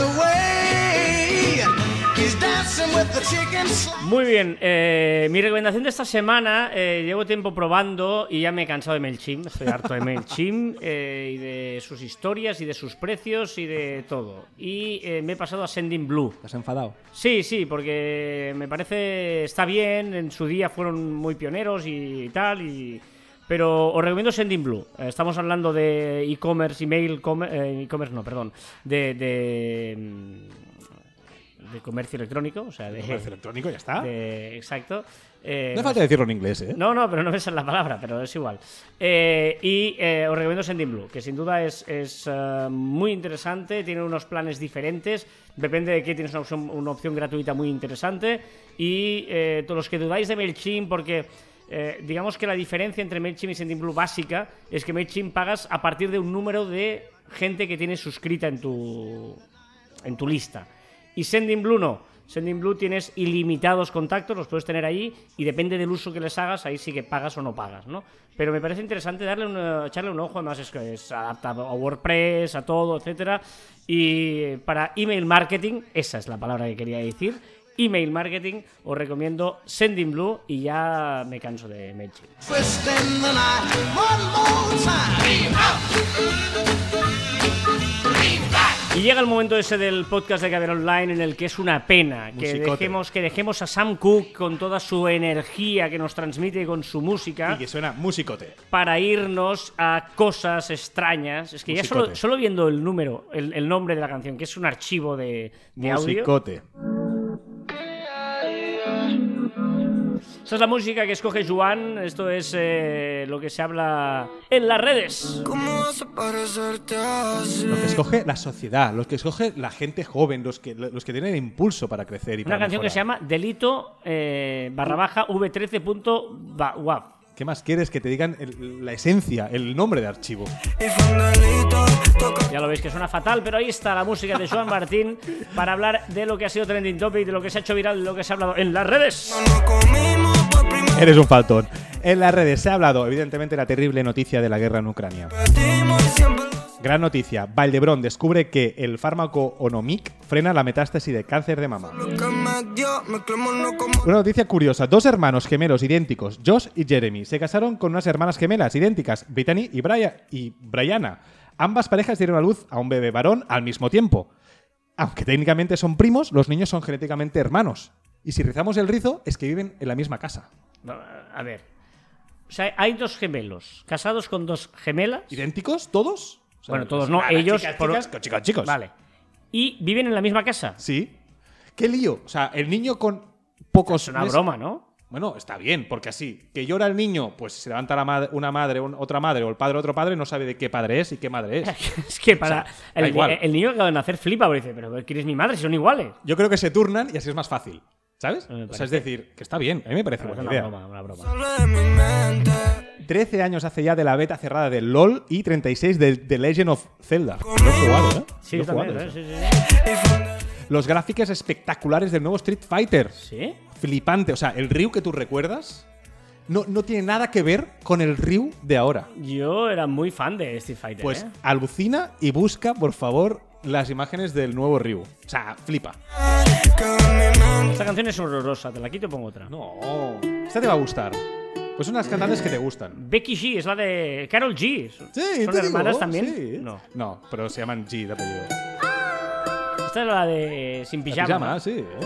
away. He's dancing with the chicken sl- Muy bien. Eh, mi recomendación de esta semana, eh, llevo tiempo probando y ya me he cansado de MailChimp. Estoy harto de MailChimp eh, y de sus historias y de sus precios y de todo. Y eh, me he pasado a Sending Blue. ¿Te has enfadado? Sí, sí, porque me parece está bien, en su día fueron muy pioneros y tal, y pero os recomiendo Sending Blue. Eh, Estamos hablando de e-commerce, email, comer- eh, e-commerce no, perdón, de, de mm, de comercio electrónico, o sea, de comercio electrónico, ya está. De, exacto. Eh, no hace falta decirlo en inglés, ¿eh? No, no, pero no me sale la palabra, pero es igual. Eh, y eh, os recomiendo Sending Blue, que sin duda es, es uh, muy interesante, tiene unos planes diferentes, depende de qué, tienes una opción, una opción gratuita muy interesante. Y eh, todos los que dudáis de MailChimp, porque eh, digamos que la diferencia entre MailChimp y Sending Blue básica es que MailChimp pagas a partir de un número de gente que tienes suscrita en tu, en tu lista. Y Sending Blue no. Sending Blue tienes ilimitados contactos, los puedes tener ahí y depende del uso que les hagas, ahí sí que pagas o no pagas, ¿no? Pero me parece interesante darle un, echarle un ojo, además es que es adaptado a WordPress, a todo, etcétera. Y para email marketing, esa es la palabra que quería decir, email marketing, os recomiendo Sending Blue y ya me canso de MailChimp. Twisting the night one more time. Y llega el momento ese del podcast de Caber Online en el que es una pena que dejemos, que dejemos a Sam Cooke con toda su energía que nos transmite con su música. Y que suena musicote. Para irnos a cosas extrañas. Es que musicote. Ya solo, solo viendo el número, el, el nombre de la canción, que es un archivo de, de musicote. audio. Esta es la música que escoge Joan. Esto es eh, lo que se habla en las redes. Lo que escoge la sociedad, lo que escoge la gente joven, los que, los que tienen impulso para crecer y Una para canción mejorar. que se llama Delito eh, barra baja v trece punto w a v. ¿Qué más quieres? Que te digan el, la esencia, el nombre de archivo. Ya lo veis que suena fatal, pero ahí está la música de Joan Martín para hablar de lo que ha sido trending topic, de lo que se ha hecho viral, de lo que se ha hablado en las redes. Eres un faltón. En las redes se ha hablado, evidentemente, la terrible noticia de la guerra en Ucrania. Gran noticia. Valdebrón descubre que el fármaco Onomic frena la metástasis de cáncer de mama. Una noticia curiosa. Dos hermanos gemelos idénticos, Josh y Jeremy, se casaron con unas hermanas gemelas idénticas, Brittany y, Bria- y Brianna. Ambas parejas dieron a luz a un bebé varón al mismo tiempo. Aunque técnicamente son primos, los niños son genéticamente hermanos. Y si rizamos el rizo, es que viven en la misma casa. A ver. O sea, hay dos gemelos casados con dos gemelas. ¿Idénticos? ¿Todos? O sea, Bueno, todos no, ah, ellos... Chicas, por- chicas, chicos, chicos. Vale. ¿Y viven en la misma casa? Sí. ¿Qué lío? O sea, el niño con pocos Es una meses- broma, ¿no? Bueno, está bien, porque así, que llora el niño, pues se levanta la madre, una madre, un- otra madre, o el padre, otro padre, no sabe de qué padre es y qué madre es. Es que para... O sea, da el, igual. el niño que acaba de nacer flipa, porque dice, pero ¿quién es mi madre? Si son iguales. Yo creo que se turnan y así es más fácil, ¿sabes? Me O sea, parece- es decir, que está bien, a mí me parece Es buena una idea. broma, una broma. trece años hace ya de la beta cerrada del LoL y treinta y seis de The Legend of Zelda. Lo he jugado, ¿eh? Sí, Lo yo he jugado, también, eso. ¿eh? Sí, sí, sí. Los gráficos espectaculares del nuevo Street Fighter. ¿Sí? Flipante. O sea, el Ryu que tú recuerdas no, no tiene nada que ver con el Ryu de ahora. Yo era muy fan de Street Fighter, Pues ¿eh? alucina y busca, por favor, las imágenes del nuevo Ryu. O sea, flipa. Esta canción es horrorosa, te la quito y pongo otra. No, esta te va a gustar. Pues son las cantantes que te gustan. Becky G es la de Karol G. ¿Son Sí, ¿son te digo, hermanas también? sí. No. No, pero se llaman G de apellido. Esta es la de Sin La Pijama. pijama, sí. ¿eh?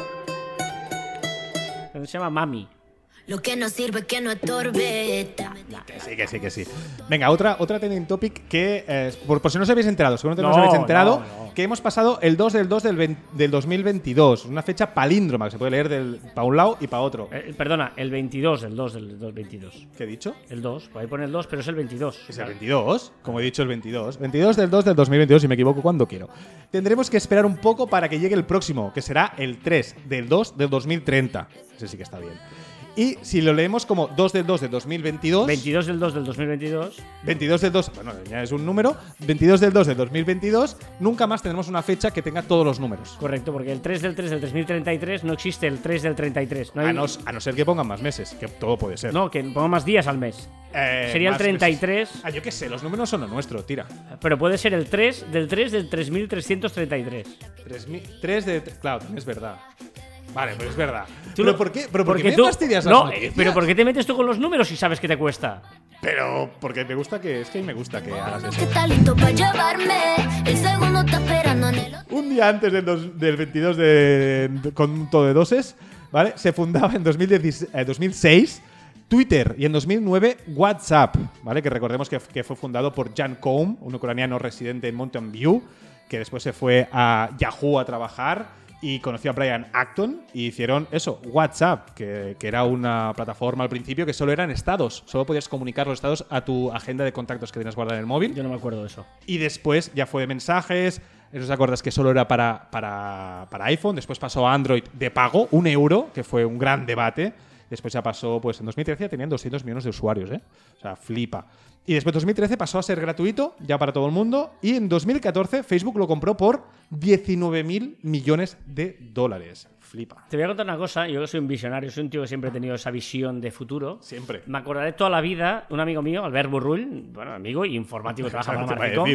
Se llama Mami. Lo que no sirve que no estorbe. Que sí, que sí, que sí. Venga, otra, otra trending topic que, eh, por, por si no os habéis enterado, seguramente no, No, os habéis enterado, no, no. que hemos pasado el dos del dos del, veinte del dos mil veintidós. Una fecha palíndroma que se puede leer del, para un lado y para otro. Eh, perdona, el veintidós, el dos del dos veintidós. ¿Qué he dicho? El dos, por ahí pone el dos, pero es el veintidós. Es el veintidós, como he dicho, el veintidós. veintidós del dos del dos mil veintidós, si me equivoco, cuando quiero. Tendremos que esperar un poco para que llegue el próximo, que será el tres del dos del dos mil treinta. Ese sí que está bien. Y si lo leemos como dos del dos del dos mil veintidós... veintidós del dos del dos mil veintidós. veintidós del dos, bueno, ya es un número. veintidós del dos del dos mil veintidós, nunca más tendremos una fecha que tenga todos los números. Correcto, porque el tres del tres del tres mil treinta y tres no existe el tres del treinta y tres. No, hay- A no, a no ser que pongan más meses, que todo puede ser. no, que ponga más días al mes. Eh, Sería el más treinta y meses. tres, Ah, yo qué sé, los números son lo nuestro, tira. pero puede ser el tres del tres del tres mil trescientos treinta y tres. tres de. Claro, es verdad. Vale, pues es verdad. Tú ¿Pero lo- por qué, pero por porque qué me tú- fastidias las No, noticias? pero ¿por qué te metes tú con los números si sabes que te cuesta? Pero porque me gusta que. Es que me gusta que hagas eso. Está listo para llevarme. El segundo está esperando en el otro. Un día antes del, dos- del veintidós de, de- con todo de doses, ¿vale? Se fundaba en dos mil dieciséis, eh, dos mil seis Twitter y en dos mil nueve WhatsApp, ¿vale? Que recordemos que, que fue fundado por Jan Koum, un ucraniano residente en Mountain View, que después se fue a Yahoo a trabajar y conoció a Brian Acton y hicieron eso, WhatsApp, que, que era una plataforma al principio que solo eran estados. Solo podías comunicar los estados a tu agenda de contactos que tenías guardada en el móvil. Yo no me acuerdo de eso. Y después ya fue de mensajes. ¿Eso te acuerdas que solo era para, para, para iPhone? Después pasó a Android de pago, un euro, que fue un gran debate. Después ya pasó, pues en dos mil trece ya tenían doscientos millones de usuarios, ¿eh? O sea, flipa. Y después dos mil trece pasó a ser gratuito, ya para todo el mundo. Y en dos mil catorce Facebook lo compró por diecinueve mil millones de dólares. Flipa. Te voy a contar una cosa. Yo que soy un visionario, soy un tío que siempre he tenido esa visión de futuro. Siempre. Me acordaré toda la vida, un amigo mío, Albert Burrull, bueno, amigo y informático, trabaja para Marficom.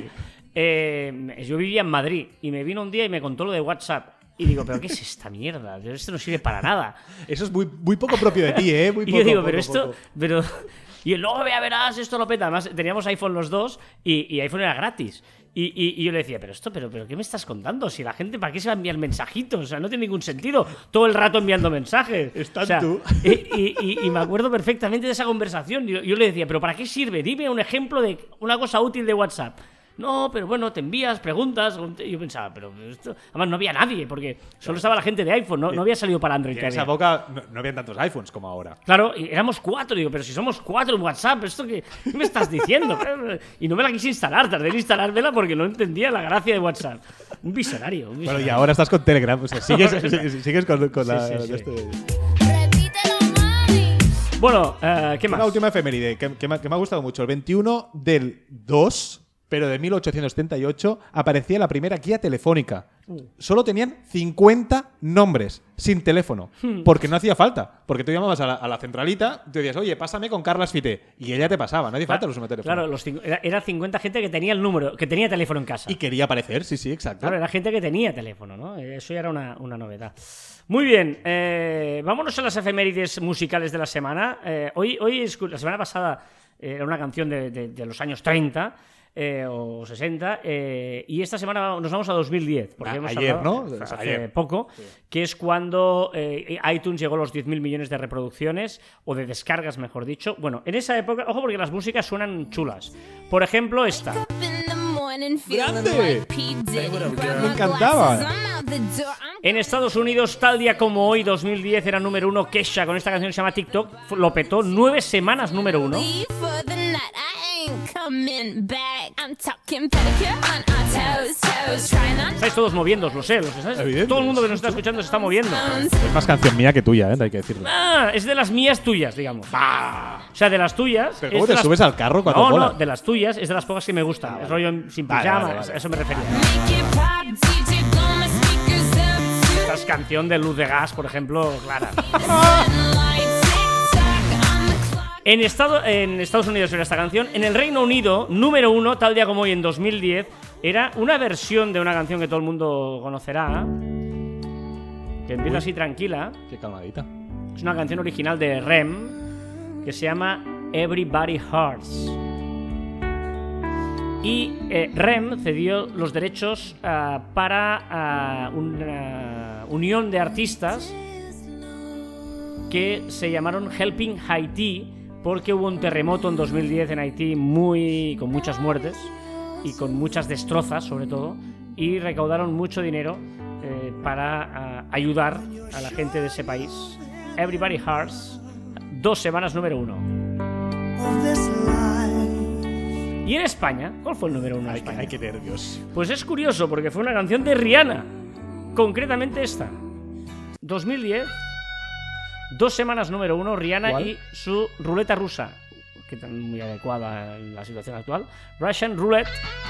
Eh, yo vivía en Madrid y me vino un día y me contó lo de WhatsApp. Y digo, ¿pero qué es esta mierda? Esto no sirve para nada. Eso es muy, muy poco propio de ti, ¿eh? Muy y poco, yo digo, poco, pero esto... poco. pero Y él, no, vea, verás, esto lo peta. Además, teníamos iPhone los dos y, y iPhone era gratis. Y, y, y yo le decía, pero esto, pero, pero ¿qué me estás contando? Si la gente, ¿para qué se va a enviar mensajitos? O sea, no tiene ningún sentido. Todo el rato enviando mensajes. Estás o sea, tú. Y, y, y, y me acuerdo perfectamente de esa conversación. Yo, yo le decía, ¿pero para qué sirve? Dime un ejemplo de una cosa útil de WhatsApp. No, pero bueno, te envías, preguntas. Y yo pensaba, pero esto... Además, no había nadie, porque solo estaba la gente de iPhone, no, no había salido para Android. Y en esa todavía. época no, no habían tantos iPhones como ahora. Claro, y éramos cuatro. Digo, pero si somos cuatro en WhatsApp, ¿esto qué, qué me estás diciendo? Y no me la quise instalar, tardé en instalármela porque no entendía la gracia de WhatsApp. Un visionario. Un visionario. Bueno, y ahora estás con Telegram. O sea, sigues, sigues con, con la. Sí, sí, sí. Este... Repítelo, mami. Bueno, eh, ¿qué más? Una última efeméride que, que, me, que me ha gustado mucho. El veintiuno del dos, pero de mil ochocientos setenta y ocho, aparecía la primera guía telefónica. Solo tenían cincuenta nombres, sin teléfono. Porque no hacía falta. Porque tú llamabas a la, a la centralita, tú decías, oye, pásame con Carlas Fité. Y ella te pasaba, no hacía falta los números de teléfono. Claro, los cincu- era, era cincuenta gente que tenía el número, que tenía teléfono en casa. Y quería aparecer, sí, sí, exacto. Claro, era gente que tenía teléfono, ¿no? Eso ya era una, una novedad. Muy bien, eh, vámonos a las efemérides musicales de la semana. Eh, hoy, hoy es, la semana pasada eh, era una canción de, de, de los años treinta. Eh, o sesenta, eh, y esta semana nos vamos a dos mil diez, porque Ah, hemos ayer, hablado, ¿no? hace Ayer. poco, sí. Que es cuando eh, iTunes llegó a los diez mil millones de reproducciones, o de descargas, mejor dicho. Bueno, en esa época, ojo, porque las músicas suenan chulas. Por ejemplo, esta. ¡Grande! Me encantaba. En Estados Unidos, tal día como hoy, dos mil diez, era número uno Kesha con esta canción que se llama TikTok. Lo petó nueve semanas número uno. Estáis todos moviéndoos, lo sé, lo sé, ¿sabes? Evidente. Todo el mundo que nos está escuchando se está moviendo. Es más canción mía que tuya, ¿eh? Hay que decirlo. Ah, es de las mías tuyas, digamos. O sea, de las tuyas. ¿Pero es cómo de te las- subes al carro cuando No, mola? no, de las tuyas es de las pocas que me gustan. Es rollo sin Vale, pijama, vale, vale. a eso me refería. Esta es canción de Luz de Gas, por ejemplo, clara. En, Estado, en Estados Unidos era esta canción. En el Reino Unido, número uno, tal día como hoy, en dos mil diez, era una versión de una canción que todo el mundo conocerá, que empieza así tranquila. Qué calmadita. Es una canción original de R E M que se llama Everybody Hurts. Y eh, R E M cedió los derechos uh, para uh, una unión de artistas que se llamaron Helping Haiti, porque hubo un terremoto en dos mil diez en Haití muy, con muchas muertes y con muchas destrozas, sobre todo, y recaudaron mucho dinero eh, para uh, ayudar a la gente de ese país. Everybody Hurts, dos semanas número uno. Y en España, ¿cuál fue el número uno en Ay, España? ay, qué nervios. Pues es curioso, porque fue una canción de Rihanna, concretamente esta. dos mil diez, dos semanas número uno, Rihanna. ¿Cuál? Y su ruleta rusa, que es muy adecuada en la situación actual. Russian Roulette.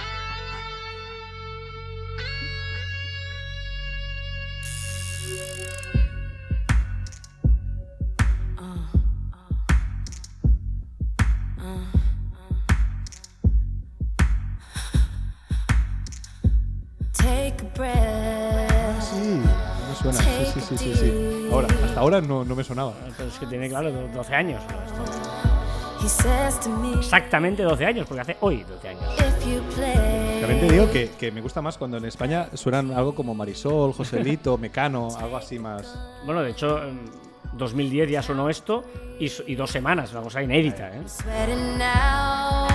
Take a breath. Sí, no me suena. Sí, sí, sí, sí, sí. Ahora, hasta ahora no, no me sonaba. Pero es que tiene, claro, doce años. He says to me, Exactamente doce años, porque hace hoy doce años. if you play. También te digo que, que me gusta más cuando en España suenan algo como Marisol, Joselito, Mecano, algo así más. Bueno, de hecho, en dos mil diez ya sonó esto y, y dos semanas, una cosa inédita, ¿eh? Sweating now.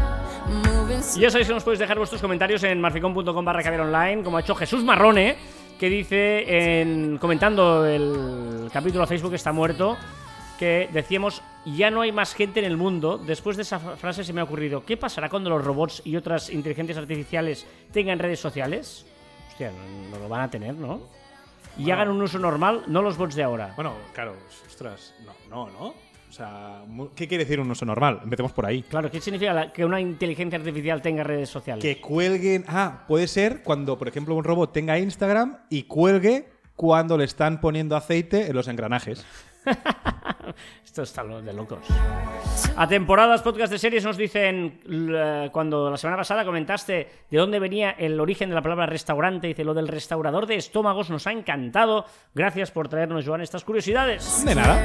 Moving Y ya sabéis que nos podéis dejar vuestros comentarios en marficom punto com barra caber online, como ha hecho Jesús Marrone, que dice, en, comentando el capítulo a Facebook Está Muerto, que decíamos, ya no hay más gente en el mundo. Después de esa frase se me ha ocurrido, ¿qué pasará cuando los robots y otras inteligencias artificiales tengan redes sociales? Hostia, no, no lo van a tener, ¿no? Y bueno, hagan un uso normal, no los bots de ahora. Bueno, claro, ostras, no, no, ¿no? O sea, ¿qué quiere decir un uso normal? Empecemos por ahí. Claro, ¿qué significa la, que una inteligencia artificial tenga redes sociales? Que cuelguen... Ah, puede ser cuando, por ejemplo, un robot tenga Instagram y cuelgue cuando le están poniendo aceite en los engranajes. Esto está de locos. A temporadas, podcast de series nos dicen, cuando la semana pasada comentaste de dónde venía el origen de la palabra restaurante, dice, lo del restaurador de estómagos nos ha encantado. Gracias por traernos, Joan, estas curiosidades. De nada.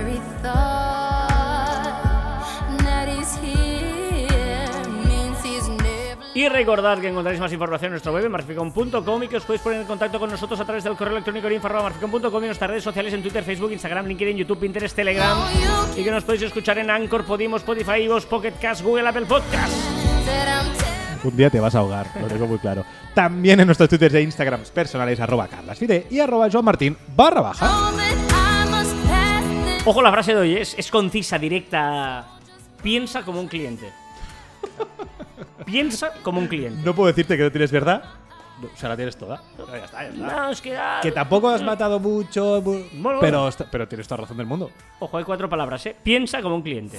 Y recordad que encontraréis más información en nuestro web en marficom punto com y que os podéis poner en contacto con nosotros a través del correo electrónico info arroba marficom punto com y nuestras redes sociales en Twitter, Facebook, Instagram, LinkedIn, YouTube, Pinterest, Telegram, y que nos podéis escuchar en Anchor, Podimo, Spotify, iVoox, Pocket Cast, Google, Apple Podcast. Un día te vas a ahogar, lo tengo muy claro. También en nuestros Twitters e Instagrams personales, arroba carlasfide y arroba joanmartin barra baja. Ojo, la frase de hoy es, es concisa, directa. Piensa como un cliente. Piensa como un cliente. No puedo decirte que no tienes verdad. O sea, la tienes toda. No, ya está, ya está. No, es que, ah, que tampoco has matado mucho, bueno, pero, pero tienes toda razón del mundo. Ojo, hay cuatro palabras, ¿eh? Piensa como un cliente.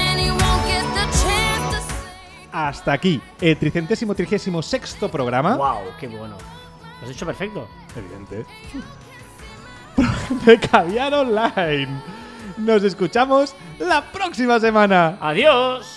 Hasta aquí el tricentésimo trigésimo sexto programa. ¡Wow! ¡Qué bueno! Lo has hecho perfecto. Evidente. De Caviar Online. Nos escuchamos la próxima semana. ¡Adiós!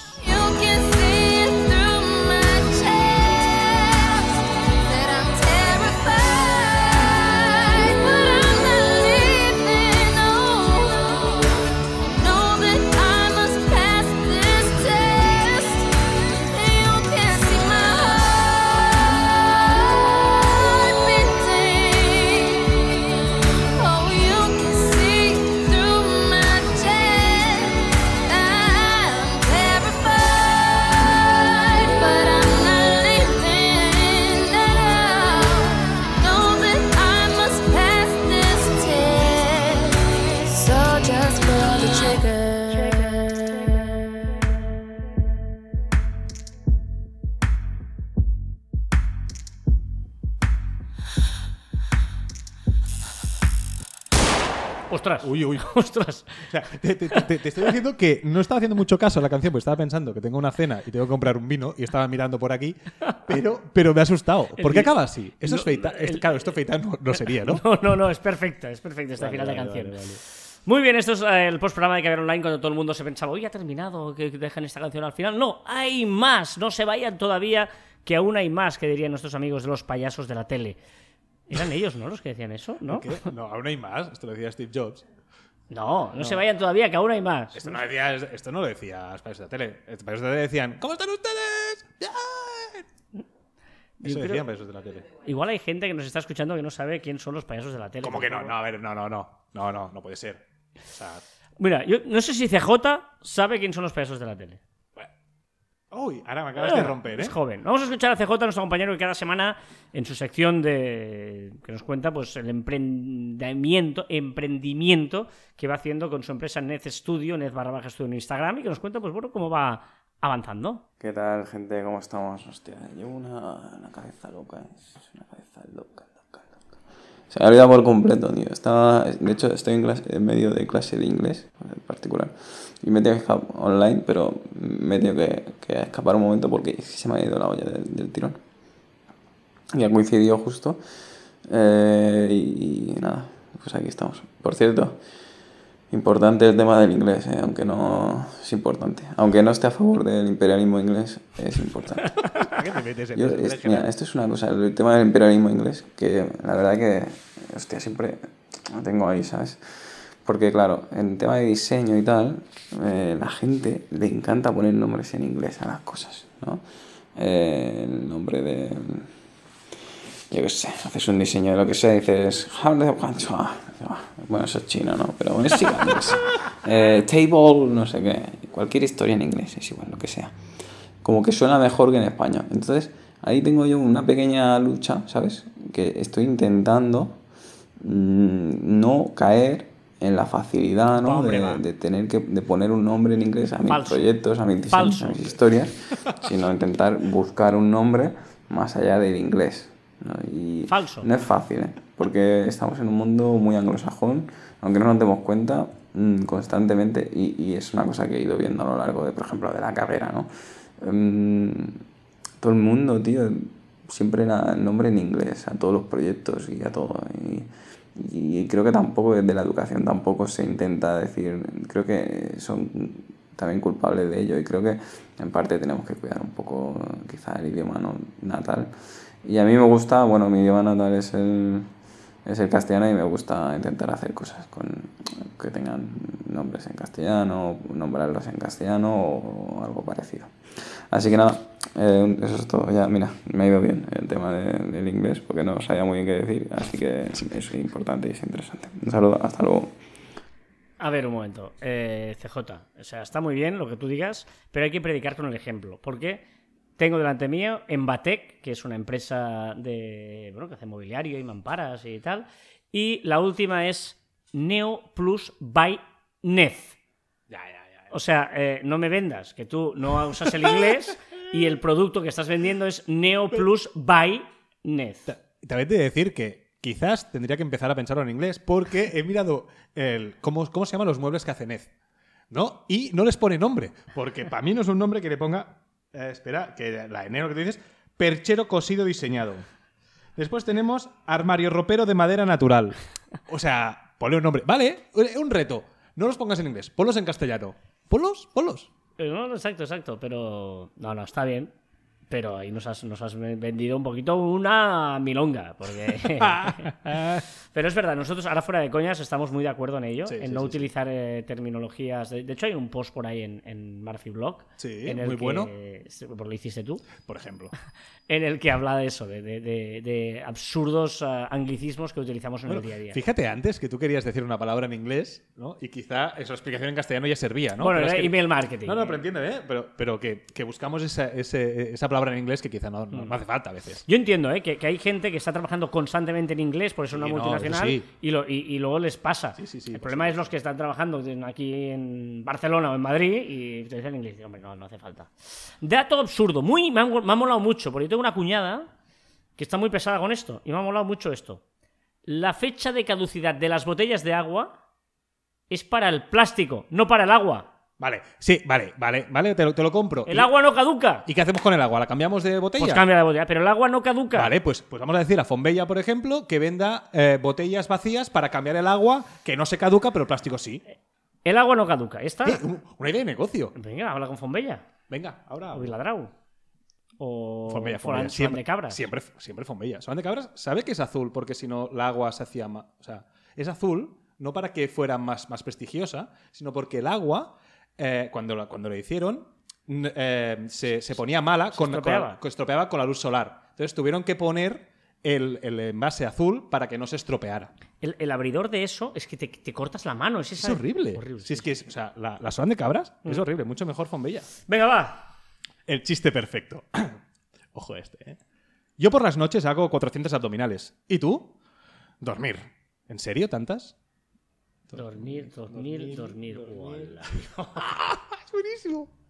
¡Ostras! Uy, uy. ¡Ostras! O sea, te, te, te, te estoy diciendo que no estaba haciendo mucho caso a la canción, porque estaba pensando que tengo una cena y tengo que comprar un vino y estaba mirando por aquí, pero, pero me ha asustado. ¿Por qué acaba así? Eso no, es feita. El, claro, esto feita no, no sería, ¿no? No, no, no, es perfecta, es perfecta esta vale, final vale, de canción. Vale, vale. Muy bien, esto es eh, el postprograma de Caviar Online, cuando todo el mundo se pensaba, oye, ha terminado, que dejen esta canción al final. No, hay más, no se vayan todavía, que aún hay más, que dirían nuestros amigos de los payasos de la tele. Eran ellos, ¿no? Los que decían eso, ¿no? ¿Qué? No, aún hay más, esto lo decía Steve Jobs. No, no, no se vayan todavía, que aún hay más. Esto no, decía, esto no lo decía los payasos de la tele. Los payasos de la tele decían, ¿cómo están ustedes? ¡Bien! Eso creo, decían payasos de la tele. Igual hay gente que nos está escuchando que no sabe quién son los payasos de la tele. ¿Cómo que no? No, a ver, no, no, no. No, no, no puede ser. O sea... Mira, yo no sé si C J sabe quién son los payasos de la tele. Uy, ahora me acabas de romper, ¿eh? Es joven. Vamos a escuchar a C J, nuestro compañero, que cada semana en su sección de que nos cuenta pues el emprendimiento, emprendimiento que va haciendo con su empresa Net Studio, Net barra baja Studio en Instagram, y que nos cuenta pues bueno cómo va avanzando. ¿Qué tal, gente? ¿Cómo estamos? Hostia, llevo una, una cabeza loca, es una cabeza loca, loca, loca. Se me ha olvidado por completo, tío. Estaba, de hecho, estoy en, clase, en medio de clase de inglés, en particular. Y me he tenido que escapar online, pero me he tenido que, que escapar un momento porque se me ha ido la olla del, del tirón. Y ha coincidido justo. Eh, y, y nada, pues aquí estamos. Por cierto, importante el tema del inglés, eh, aunque no es importante. Aunque no esté a favor del imperialismo inglés, es importante. ¿A qué te metes en Yo, eso? es, mira, esto es una cosa, el tema del imperialismo inglés, que la verdad que, hostia, siempre lo tengo ahí, ¿sabes? Porque claro, en tema de diseño y tal, eh, la gente le encanta poner nombres en inglés a las cosas, ¿no? Eh, el nombre de... Yo qué sé, haces un diseño de lo que sea y dices... Bueno, eso es chino, ¿no? Pero bueno, es igual, no sé. Eh, table, no sé qué. Cualquier historia en inglés, es igual, lo que sea. Como que suena mejor que en español. Entonces, ahí tengo yo una pequeña lucha, ¿sabes? Que estoy intentando mm, no caer en la facilidad, ¿no? Hombre, de, va. de tener que de poner un nombre en inglés a mis Falso. proyectos, a mis diseños, Falso. a mis historias, sino intentar buscar un nombre más allá del inglés, ¿no? Y Falso. no es fácil, ¿eh? Porque estamos en un mundo muy anglosajón, aunque no nos demos cuenta, mm, constantemente, y, y es una cosa que he ido viendo a lo largo de, por ejemplo, de la carrera, ¿no? Mm, todo el mundo, tío, siempre era el nombre en inglés a todos los proyectos y a todo. Y, y creo que tampoco desde la educación tampoco se intenta decir, creo que son también culpables de ello y creo que en parte tenemos que cuidar un poco quizá el idioma no, natal. Y a mí me gusta, bueno, mi idioma natal es el, es el castellano y me gusta intentar hacer cosas con que tengan nombres en castellano, nombrarlos en castellano o, o algo parecido. Así que nada, eh, eso es todo. Ya, mira, me ha ido bien el tema de, del inglés porque no sabía muy bien qué decir, así que es importante y es interesante. Un saludo, hasta luego. A ver, un momento. Eh, C J, o sea, está muy bien lo que tú digas, pero hay que predicar con el ejemplo. Porque tengo delante mío Embatec, que es una empresa de, bueno, que hace mobiliario y mamparas y tal. Y la última es Neo Plus by Nez. Ya, ya, ya. O sea, eh, no me vendas que tú no usas el inglés y el producto que estás vendiendo es Neo Plus by Nez. También te he de decir que quizás tendría que empezar a pensarlo en inglés porque he mirado el cómo, cómo se llaman los muebles que hace Nez, ¿no? Y no les pone nombre, porque para mí no es un nombre que le ponga... Eh, espera, que la enero que tú dices, perchero cosido diseñado. Después tenemos armario ropero de madera natural. O sea, ponle un nombre. Vale, un reto. No los pongas en inglés, ponlos en castellano. Ponlos, ponlos. Eh, No, no, exacto, exacto, pero... No, no, está bien. Pero ahí nos has, nos has vendido un poquito una milonga, porque... Pero es verdad, nosotros ahora fuera de coñas estamos muy de acuerdo en ello, Sí, en sí, no sí, utilizar eh, terminologías... De... de hecho hay un post por ahí en, en Murphy Blog, Sí, en el muy que... bueno. Pues lo hiciste tú, Por ejemplo. en el que habla de eso, de, de, de, de absurdos uh, anglicismos que utilizamos en Bueno, el día a día. fíjate antes que tú querías decir una palabra en inglés, ¿no? Y quizá esa explicación en castellano ya servía, ¿no? Bueno, Pero era es que- email marketing. No, no, pero entiende, ¿eh? Pero, pero que, que buscamos esa, ese- esa palabra en inglés que quizá no, no, no hace falta a veces. Yo entiendo ¿eh? que, que hay gente que está trabajando constantemente en inglés, por eso es una Sí, no, multinacional, eso sí. y, lo, y, y luego les pasa. Sí, sí, sí, el por problema es supuesto. los que están trabajando en- aquí en Barcelona o en Madrid y te dicen inglés. Hombre, no, no hace falta. Dato absurdo. Muy, me, ha, me ha molado mucho, porque yo tengo una cuñada que está muy pesada con esto, y me ha molado mucho esto. La fecha de caducidad de las botellas de agua es para el plástico, no para el agua. Vale, sí, vale, vale, vale, te lo, te lo compro. El ¿Y, agua no caduca. ¿Y qué hacemos con el agua? ¿La cambiamos de botella? Pues cambia la botella, pero el agua no caduca. Vale, pues, pues vamos a decir a Fonbella, por ejemplo, que venda eh, botellas vacías para cambiar el agua, que no se caduca, pero el plástico sí. El agua no caduca. ¿Está? Eh, un- una idea de negocio. Venga, habla con Fonbella. Venga, ahora. O Viladrau. O Fonbella, Foran- Fonbella. Foran Siempre, de Cabras. Siempre, siempre Fonbella. Solan de Cabras sabe que es azul porque si no el agua se hacía más... O sea, es azul no para que fuera más, más prestigiosa, sino porque el agua, eh, cuando, la, cuando lo hicieron, n- eh, se, se ponía mala, con, estropeaba. con, con- estropeaba con la luz solar. Entonces tuvieron que poner el, el envase azul para que no se estropeara. El, el abridor de eso es que te, te cortas la mano. Es, Es esa- horrible. horrible, Si sí, es que, es- o sea, la, la Solan de Cabras es horrible, mucho mejor Fonbella. Venga, va. El chiste perfecto. Ojo este, ¿eh? Yo por las noches hago cuatrocientas abdominales. ¿Y tú? Dormir. ¿En serio tantas? Dormir, dormir, dormir. Hola. Es buenísimo.